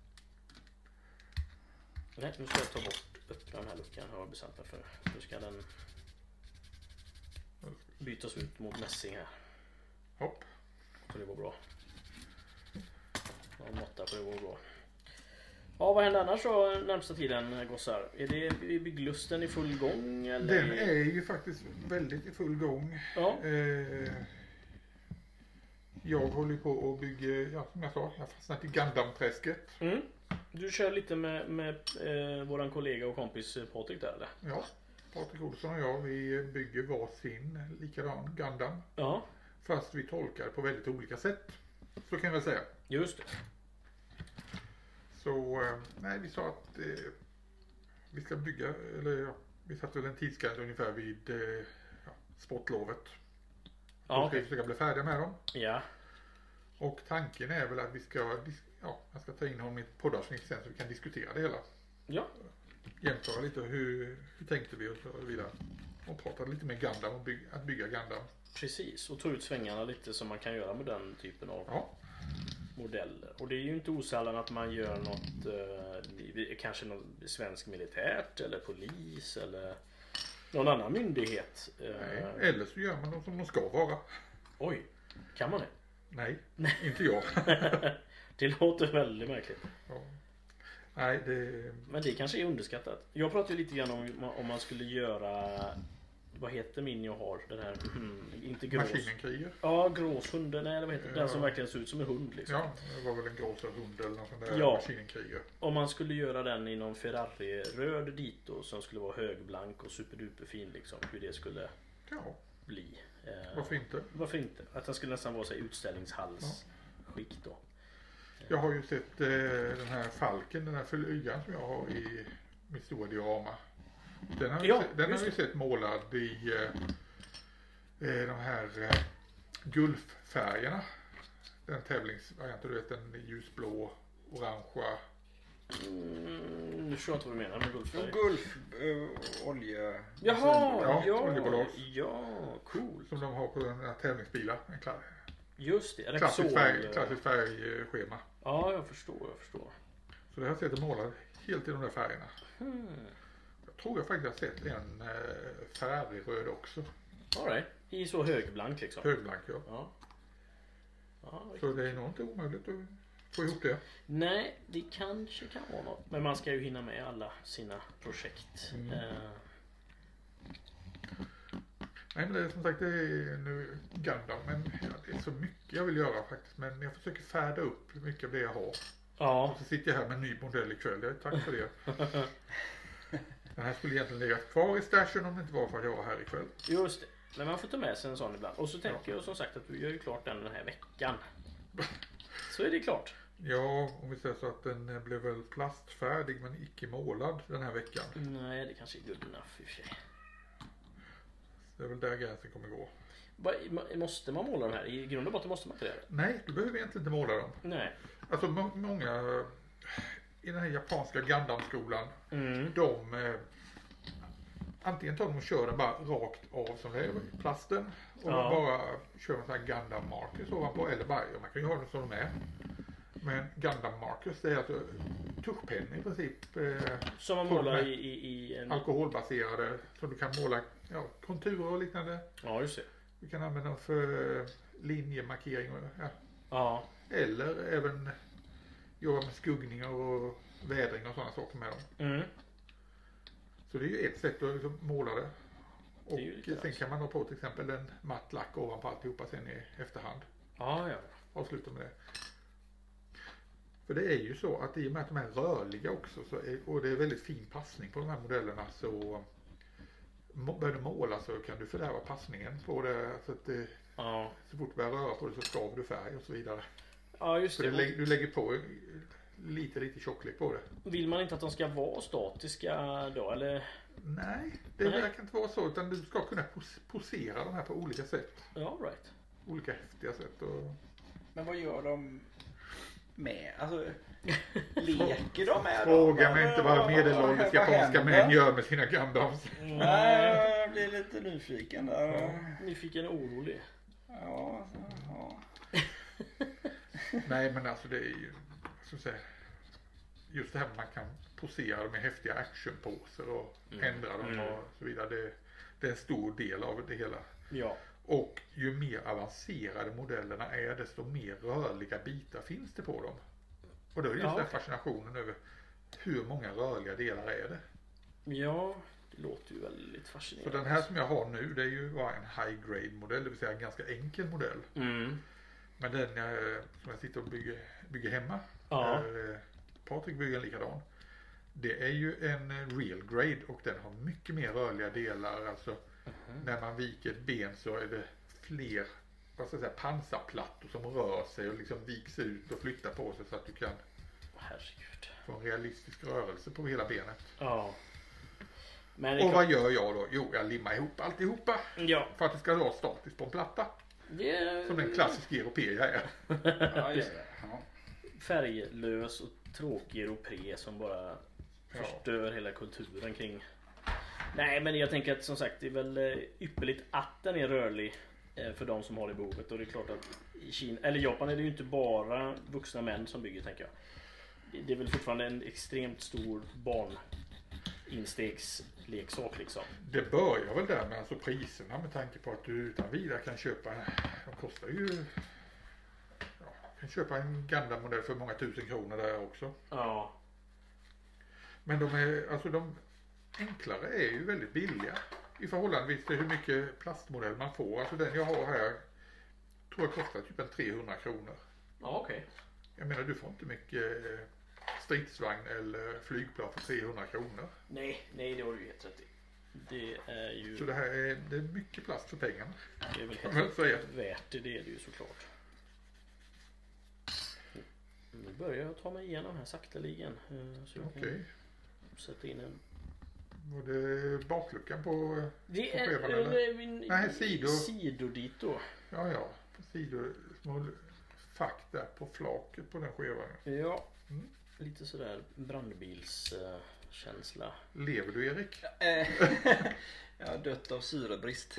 C: Nej, nu ska jag ta bort öppna den här luckan. Jag har besatt mig för. Nu ska den bytas ut mot mässing här.
B: Hopp.
C: Så det går bra. Jag måttar på det går bra. Ja, vad händer annars då närmsta tiden, gossar? Är bygglusten i full gång? Eller?
B: Den är ju faktiskt väldigt i full gång.
C: Ja.
B: Jag håller på att bygga, som jag sa, jag har fastnat i Gundam-träsket.
C: Du kör lite med våran kollega och kompis Patrik där, eller?
B: Ja, Patrik Olsson och jag, vi bygger varsin likadan Gundam.
C: Ja.
B: Fast vi tolkar på väldigt olika sätt. Så kan jag säga.
C: Just det.
B: Så, nej, vi sa att vi ska bygga, eller vi satte väl en tidsgräns ungefär vid sportlovet. Så ska vi försöka bli färdiga med dem.
C: Ja.
B: Och tanken är väl att vi ska, jag ska ta in honom i ett poddavsnitt sen så vi kan diskutera det hela.
C: Ja.
B: Jämföra lite hur tänkte vi och så vidare. Och prata lite med Gundam och att bygga Gundam.
C: Precis, och ta ut svängarna lite som man kan göra med den typen av modeller. Och det är ju inte osällan att man gör något, kanske något svensk militärt eller polis eller någon annan myndighet.
B: Nej, eller så gör man dem som de ska vara.
C: Oj, kan man det?
B: Nej, inte jag.
C: Det låter väldigt märkligt.
B: Ja. Nej,
C: Men det kanske är underskattat. Jag pratade ju lite grann om man skulle göra, vad heter min jag har, den här, inte grås.
B: Maskinenkriger.
C: Ja, gråshunden, nej vad heter den som verkligen ser ut som en hund liksom.
B: Ja, det var väl en gråshund eller någon sån där maskinenkriger.
C: Om man skulle göra den i någon Ferrari-röd dito som skulle vara högblank och superduperfin liksom, hur det skulle bli.
B: Varför inte?
C: Varför inte? Att den skulle nästan vara så utställningshalsskick då.
B: Jag har ju sett den här falken, den här flygan som jag har i mitt stora diorama. Den har jag sett målad i de här Gulf-färgerna. Den tävlingsvarianten, du vet, den ljusblå, orangea.
C: Nu förstår jag inte vad du menar med Gulf-färg.
A: Olje.
C: Jaha,
B: oljebolag.
C: Ja, cool.
B: Som de har på den här tävlingsbilar.
C: Just det,
B: klassiskt färgschema.
C: Ja, jag förstår.
B: Så det har jag sett målad helt i de där färgerna. Jag tror jag faktiskt har sett en Ferrari-röd också.
C: All right. I så högblank liksom.
B: Högblank, ja. Så det är nog inte omöjligt att få ihop det.
C: Nej, det kanske kan vara något. Men man ska ju hinna med alla sina projekt.
B: Nej, men det är som sagt, det är nu Gundam, men det är så mycket jag vill göra faktiskt. Men jag försöker färda upp hur mycket av det jag har.
C: Ja.
B: Och så sitter jag här med en ny modell ikväll. Tack för det. Den här skulle egentligen ligga kvar i stashen om det inte var för att jag var här ikväll.
C: Just det. Men man får ta med sig en sån ibland. Och så tänker jag som sagt att du gör ju klart den här veckan. Så är det klart.
B: Ja, om vi säger så att den blev väl plastfärdig men icke målad den här veckan.
C: Nej, det kanske är good enough i och för sig.
B: Det är väl där gränsen kommer gå.
C: Måste man måla den här? I grund och botten måste man inte det.
B: Nej, du behöver egentligen inte måla dem.
C: Nej.
B: Alltså många i den här japanska Gundam-skolan, de antingen tar de och kör den bara rakt av som det är i plasten och bara kör en sån här Gundam markers ovanpå, eller bara, man kan ju ha den som de är. Men Gundam Markers, det är alltså tuschpennor i princip.
C: Som man målar i en...
B: Alkoholbaserade, som du kan måla konturer och liknande.
C: Ja, just det.
B: Du kan använda dem för linjemarkering och
C: Ja.
B: Eller även jobba med skuggningar och vädring och sådana saker med dem.
C: Mm.
B: Så det är ju ett sätt att liksom måla det. Och sen
C: alltså.
B: kan man ha på till exempel en matt lack ovanpå alltihopa sen i efterhand.
C: Ja.
B: Avsluta med det. För det är ju så att i och med att de är rörliga också och det är väldigt fin passning på de här modellerna, så börjar du måla så kan du fördärva passningen på det. Så att det, så fort du börjar röra på det så skaver du färg och så vidare.
C: Ja, just det.
B: Du lägger på lite tjocklek på det.
C: Vill man inte att de ska vara statiska då, eller?
B: Nej, det verkar inte vara så, utan du ska kunna posera de här på olika sätt.
C: Ja, right.
B: Olika häftiga sätt.
A: Men vad gör de med? Alltså, leker de med
B: Fråga mig inte vad medelålders japanska män gör med sina Gundams.
A: Nej, jag blir lite nyfiken där.
C: Ja, nyfiken och orolig.
A: Ja.
B: Nej, men alltså det är ju, så att säga, just det här man kan posera med häftiga actionposer och ändra dem och så vidare. Det är en stor del av det hela.
C: Ja.
B: Och ju mer avancerade modellerna är, desto mer rörliga bitar finns det på dem. Och då är det just den fascinationen över hur många rörliga delar är det.
C: Ja, det låter ju väldigt fascinerande.
B: Så den här som jag har nu, det är ju bara en high grade modell, det vill säga en ganska enkel modell.
C: Mm.
B: Men den som jag sitter och bygger hemma, Patrik bygger en likadan. Det är ju en real grade och den har mycket mer rörliga delar. Alltså när man viker ett ben så är det fler pansarplattor som rör sig och liksom viks ut och flyttar på sig så att du kan få en realistisk rörelse på hela benet.
C: Ja.
B: Men och vad gör jag då? Jo, jag limmar ihop alltihopa för att det ska vara statiskt på en platta. Som en klassisk europé jag är.
A: Ja, just det. Ja.
C: Färglös och tråkig europé som bara förstör hela kulturen kring. Nej, men jag tänker att som sagt det är väl ypperligt att den är rörlig för de som har det behovet. Och det är klart att i Kina, eller Japan är det ju inte bara vuxna män som bygger, tänker jag. Det är väl fortfarande en extremt stor barninstegsleksak liksom.
B: Det börjar väl där med alltså priserna, med tanke på att du utan vidare kan köpa, de kostar ju, kan köpa en gamla modell för många tusen kronor där också.
C: Ja.
B: Men de enklare är ju väldigt billiga i förhållande till hur mycket plastmodell man får. Alltså den jag har här tror jag kostar typ en 300 kronor.
C: Ja, okej.
B: Jag menar, du får inte mycket stridsvagn eller flygplan för 300 kronor.
C: Nej, det har du helt rätt i. Det är ju...
B: Så det är mycket plast för pengarna.
C: Det är väl helt värt det, det är det ju såklart. Nu börjar jag ta mig igenom här sakteligen. Så jag kan sätta in en...
B: Var det bakluckan på
C: det är
B: skevan eller? Nej,
C: sidor dit då.
B: Ja, sidor, små fack där på flaket på den skevan.
C: Ja, lite sådär brandbilskänsla.
B: Lever du, Erik?
A: Jag har dött av syrebrist.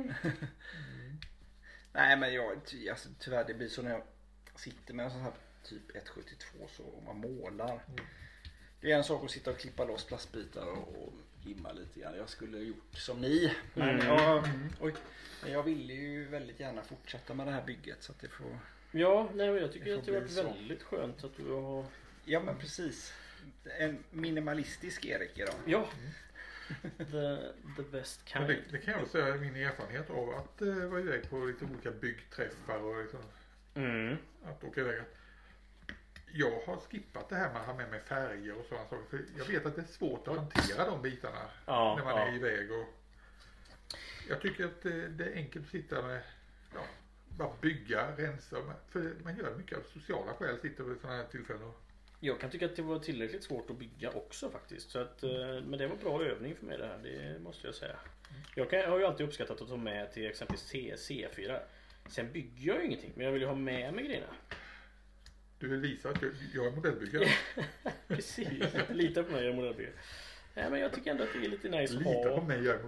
A: Nej, men alltså, tyvärr det blir så när jag sitter med en sån här typ 1,72 så om man målar. Det är en sak att sitta och klippa loss plastbitar och gimma lite grann. Jag skulle ha gjort som ni. Men jag ville ju väldigt gärna fortsätta med det här bygget så att det får...
C: Ja, nej, men jag tycker att det har varit väldigt skönt att du har...
A: Ja, men precis. En minimalistisk Erik idag.
C: Ja. The best kind.
B: Det kan jag säga min erfarenhet av att vara iväg på lite olika byggträffar och liksom, att åka iväg. Jag har skippat det här med att ha med mig färger och sådana saker. För jag vet att det är svårt att hantera de bitarna när man är iväg. Och jag tycker att det är enkelt att sitta med, bara bygga, rensa. För man gör mycket av sociala skäl, sitter vid sådana här tillfällen.
C: Jag kan tycka att det var tillräckligt svårt att bygga också faktiskt. Så att, men det var bra övning för mig det här, det måste jag säga. Jag har ju alltid uppskattat att ta med till exempelvis C4. Sen bygger jag ju ingenting, men jag vill ju ha med mig grejerna.
B: Du vill visa att jag är modellbyggare.
C: Precis, lita på mig, jag är modellbyggare. Nej, men jag tycker ändå att det är lite nice att ha.
B: Lita på mig, jag är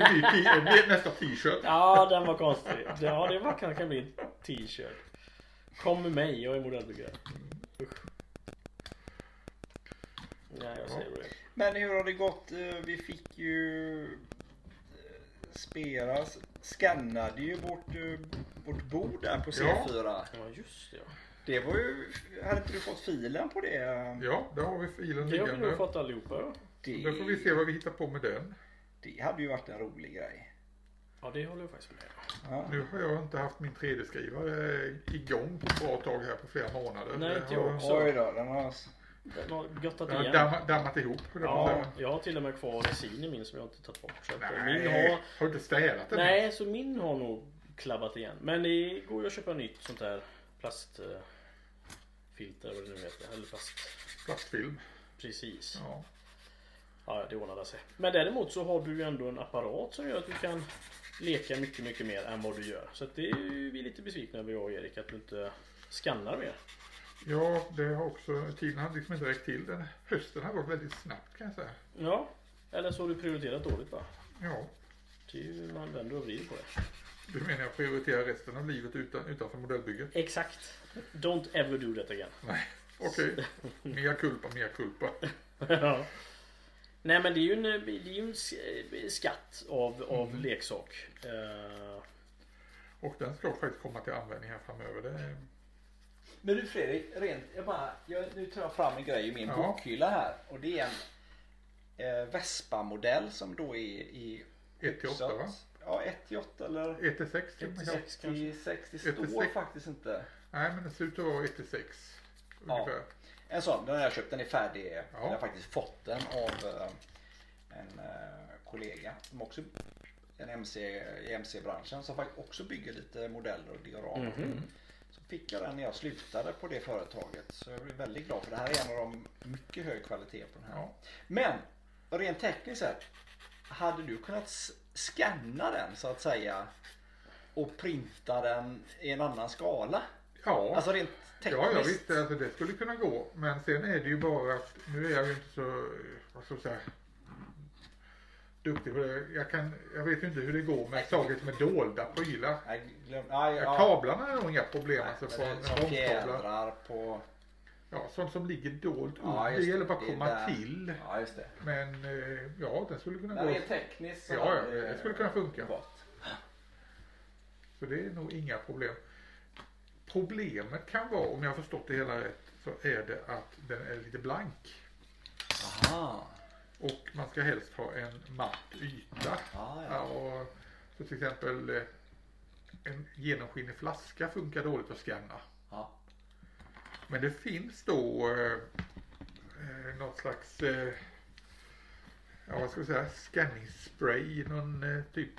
B: modellbyggare. Nästa t-shirt.
C: Ja, den var konstig. Ja, det kan bli en t-shirt. Kom med mig, jag är modellbyggare. Usch. Nej, jag säger det.
A: Men hur har det gått? Vi fick ju Speras skannade ju vårt bord där på C4.
C: Ja, just det.
A: Det var ju, hade inte du fått filen på det?
B: Ja, där har vi filen
C: liggande. Det har vi nog fått allihopa.
B: Då får vi se vad vi hittar på med den.
A: Det hade ju varit en rolig grej.
C: Ja, det håller jag faktiskt med.
B: Ja. Nu har jag inte haft min 3D-skrivare igång på ett bra tag här på flera månader.
C: Nej, inte jag också.
A: Oj då, den har
C: göttat igen.
B: Dammat ihop.
C: Ja, jag har till och med kvar resin i min som jag inte tagit bort. Så
B: nej,
C: min
B: har du inte städat den?
C: Nej, så min har nog klabbat igen. Men det går ju att köpa nytt sånt här plastfilter, vad det nu heter. Eller
B: plastfilm.
C: Precis.
B: Ja.
C: Ja, det ordnar sig. Men däremot så har du ju ändå en apparat som gör att du kan leka mycket, mycket mer än vad du gör. Så att det är ju vi lite besvikna över jag och Erik att du inte skannar mer.
B: Ja, det har också, tiden hade liksom inte räckt till. Den hösten har gått väldigt snabbt kan jag säga.
C: Ja, eller så har du prioriterat dåligt va?
B: Ja.
C: Det är ju man vänder och vrider på det.
B: Du menar jag prioriterar resten av livet utanför modellbygget?
C: Exakt. Don't ever do that again.
B: Nej, okej. Mer kulpa.
C: Ja. Nej men det är ju en skatt av leksak.
B: Och den ska faktiskt komma till användning här framöver.
A: Men du Fredrik, nu tar jag fram en grej i min bokhylla här. Och det är en Vespa-modell som då är i
B: 1-8 va?
A: Ja, 1-8 eller
B: 1-6
A: det står faktiskt inte.
B: Nej men det ser ut att vara 1-6 ungefär.
A: Ja. En sån, den har jag köpt, den är färdig. Jag har faktiskt fått den av en kollega som också i MC-branschen som faktiskt också bygger lite modeller och dioramer. Så fick jag den när jag slutade på det företaget. Så jag blir väldigt glad för det här är en av de mycket hög kvalitet på den här. Ja. Men rent tekniskt sett, hade du kunnat scanna den så att säga och printa den i en annan skala?
B: Ja.
A: Alltså rent tekniskt.
B: Ja, jag visste att det skulle kunna gå. Men sen är det ju bara att nu är jag ju inte så, vad ska jag säga, duktig på det. Jag vet ju inte hur det går med saker med dolda prylar. Kablarna är nog inga problem.
A: Fjädrar på...
B: Ja, sånt som ligger dolt under. Det gäller bara att komma till.
A: Ja, just det.
B: Men ja, det skulle kunna gå.
A: Det är tekniskt.
B: Ja, det skulle kunna funka. Så det är nog inga problem. Problemet kan vara, om jag har förstått det hela rätt, så är det att den är lite blank.
A: Aha.
B: Och man ska helst ha en matt yta. Ja, och så till exempel en genomskinlig flaska funkar dåligt att scanna. Ja. Men det finns då något slags vad ska jag säga, scanningsspray, någon typ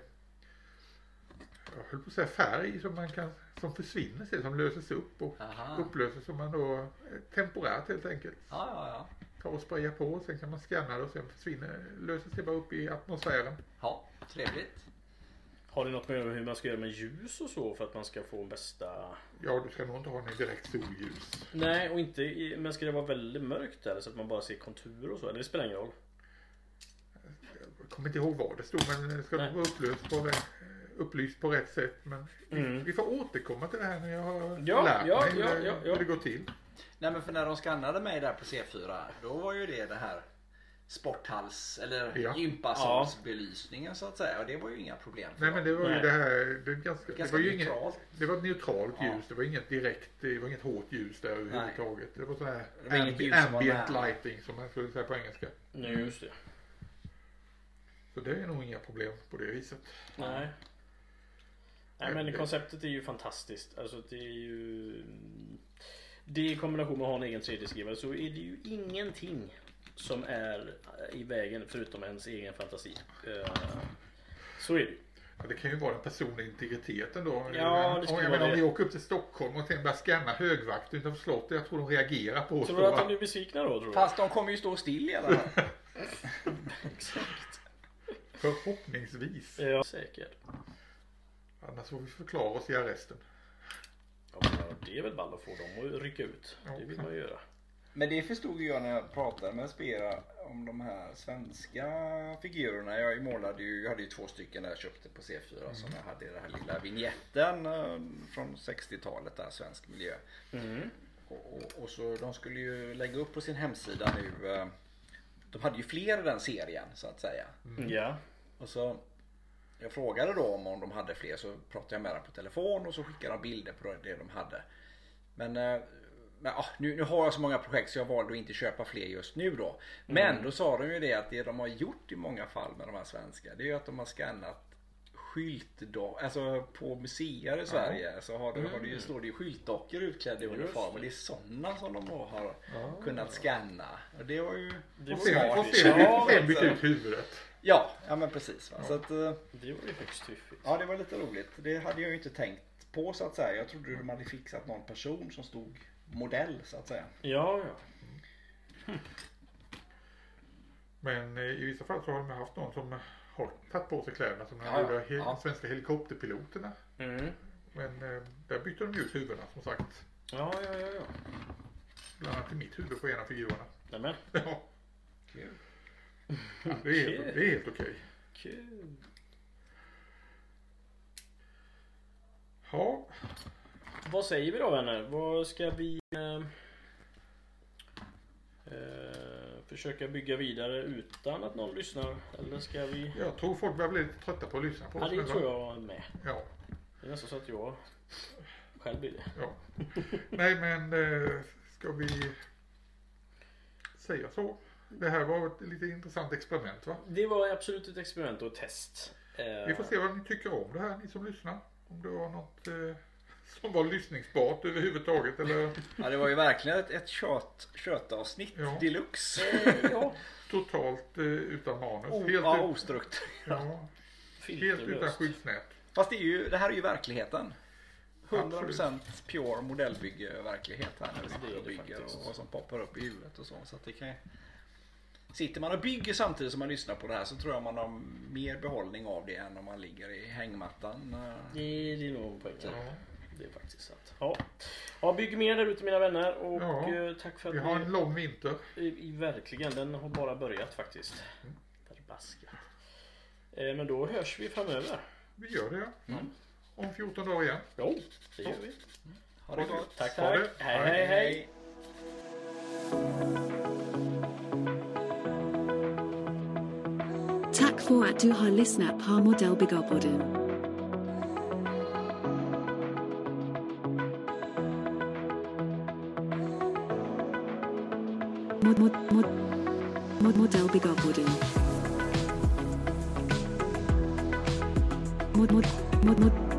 B: jag höll på att säga färg som försvinner sen, som löses upp och upplöses som man då temporärt helt enkelt.
A: Ja.
B: Ta och spraya på, sen kan man scanna det och sen löser sig bara upp i atmosfären.
A: Ja, trevligt.
C: Har det något med hur man ska göra med ljus och så för att man ska få bästa...
B: Ja, du ska nog inte ha någon direkt solljus.
C: Nej, och inte men ska det vara väldigt mörkt där så att man bara ser konturer och så? Eller det spelar ingen roll?
B: Jag kommer inte ihåg vad det stod, men det ska vara upplyst på rätt sätt. Men vi får återkomma till det här när jag har lärt mig hur det går till.
A: Nej, men för när de skannade mig där på C4, då var ju det här sporthals eller gympasalsbelysningen så att säga, och det var ju inga problem.
B: Nej, men det var ju det här, det var ju neutralt. Det var ett neutralt ljus, det var inget direkt, det var inget hårt ljus där överhuvudtaget. Det var så här ambient lighting som man skulle säga på engelska.
C: Nej, just det.
B: Så det är nog inga problem på det viset.
C: Nej. Nej, men konceptet är ju fantastiskt. Alltså det är ju... Det i kombination med att ha en egen 3D-skrivare så är det ju ingenting som är i vägen förutom ens egen fantasi. Så är det ju.
B: Ja, det kan ju vara den personliga integriteten då.
C: Ja,
B: om vi åker upp till Stockholm och sen börjar scanna högvakt utanför slottet, jag tror de reagerar på oss.
C: Tror du att de blir besvikna då? Tror du?
A: Fast de kommer ju stå still i alla fall.
C: Exakt.
B: Förhoppningsvis.
C: Ja, säkert.
B: Annars får vi förklara oss i arresten.
C: Ja, det är väl ball att få dem att rycka ut. Det vill man ju göra.
A: Men det förstod jag när jag pratade med Spera om de här svenska figurerna. Jag hade ju 2 stycken där jag köpte på C4 som jag hade i den här lilla vignetten från 60-talet där, svensk miljö. Och så de skulle ju lägga upp på sin hemsida nu. De hade ju fler i den serien så att säga.
C: Ja.
A: Och så jag frågade då om de hade fler, så pratade jag med dem på telefon och så skickade de bilder på det de hade. Men nu har jag så många projekt så jag valde att inte köpa fler just nu då. Men då sa de ju det att det de har gjort i många fall med de här svenska, det är ju att de har skannat alltså på museer i Sverige så står det ju skyltdockor utklädda i uniform och det är sådana som de har kunnat scanna. Och det var ju
B: sen byta ut huvudet.
A: Ja men precis. Va? Så att,
C: det var ju högst tyffigt.
A: Ja, det var lite roligt. Det hade jag ju inte tänkt på så att säga. Jag trodde de hade fixat någon person som stod modell så att säga.
C: Ja.
B: Men i vissa fall så har de haft någon som har tagit på sig kläderna som de svenska helikopterpiloterna. Men där bytte de ut huvudena som sagt.
C: Ja.
B: Bland annat i mitt huvud på en av figurerna.
C: Nämen.
B: Ja.
A: Kul.
B: Ja, det är helt okej.
C: Kul.
B: Ja.
C: Vad säger vi då vänner? Vad ska vi försöka bygga vidare utan att någon lyssnar? Eller ska vi...
B: Jag tror folk börjar bli lite trötta på att lyssna på oss.
C: Ja, det tror jag med.
B: Ja.
C: Det är nästan så att jag själv blir det.
B: Ja. Nej men ska vi säga så? Det här var ett lite intressant experiment va?
C: Det var absolut ett experiment och ett test.
B: Vi får se vad ni tycker om det här, ni som lyssnar. Om det var något som var lyssningsbart överhuvudtaget eller...
A: Ja, det var ju verkligen ett köttavsnitt deluxe.
B: Totalt utan manus.
A: Ostrukturerat.
B: Ja. Helt utan skyddsnät.
A: Fast det här är ju verkligheten. 100% pure modellbygge verklighet här när vi sitter och bygger och vad som poppar upp i huvudet och så. Så att det kan... Sitter man och bygger samtidigt som man lyssnar på det här så tror jag man har mer behållning av det än om man ligger i hängmattan.
C: Det är nog poängen. Ja. Det är faktiskt sant. Ja, bygg mer där ute mina vänner och tack för att
B: vi har en lång vinter.
C: Verkligen, den har bara börjat faktiskt. Förbaskat. Men då hörs vi framöver.
B: Vi gör det om 14 dagar igen.
C: Jo, det gör vi.
A: Ha det gott.
C: Tack. Hej.
D: Tack för att du har lyssnat på Modellbyggarpodden. Modellbyggarpodden.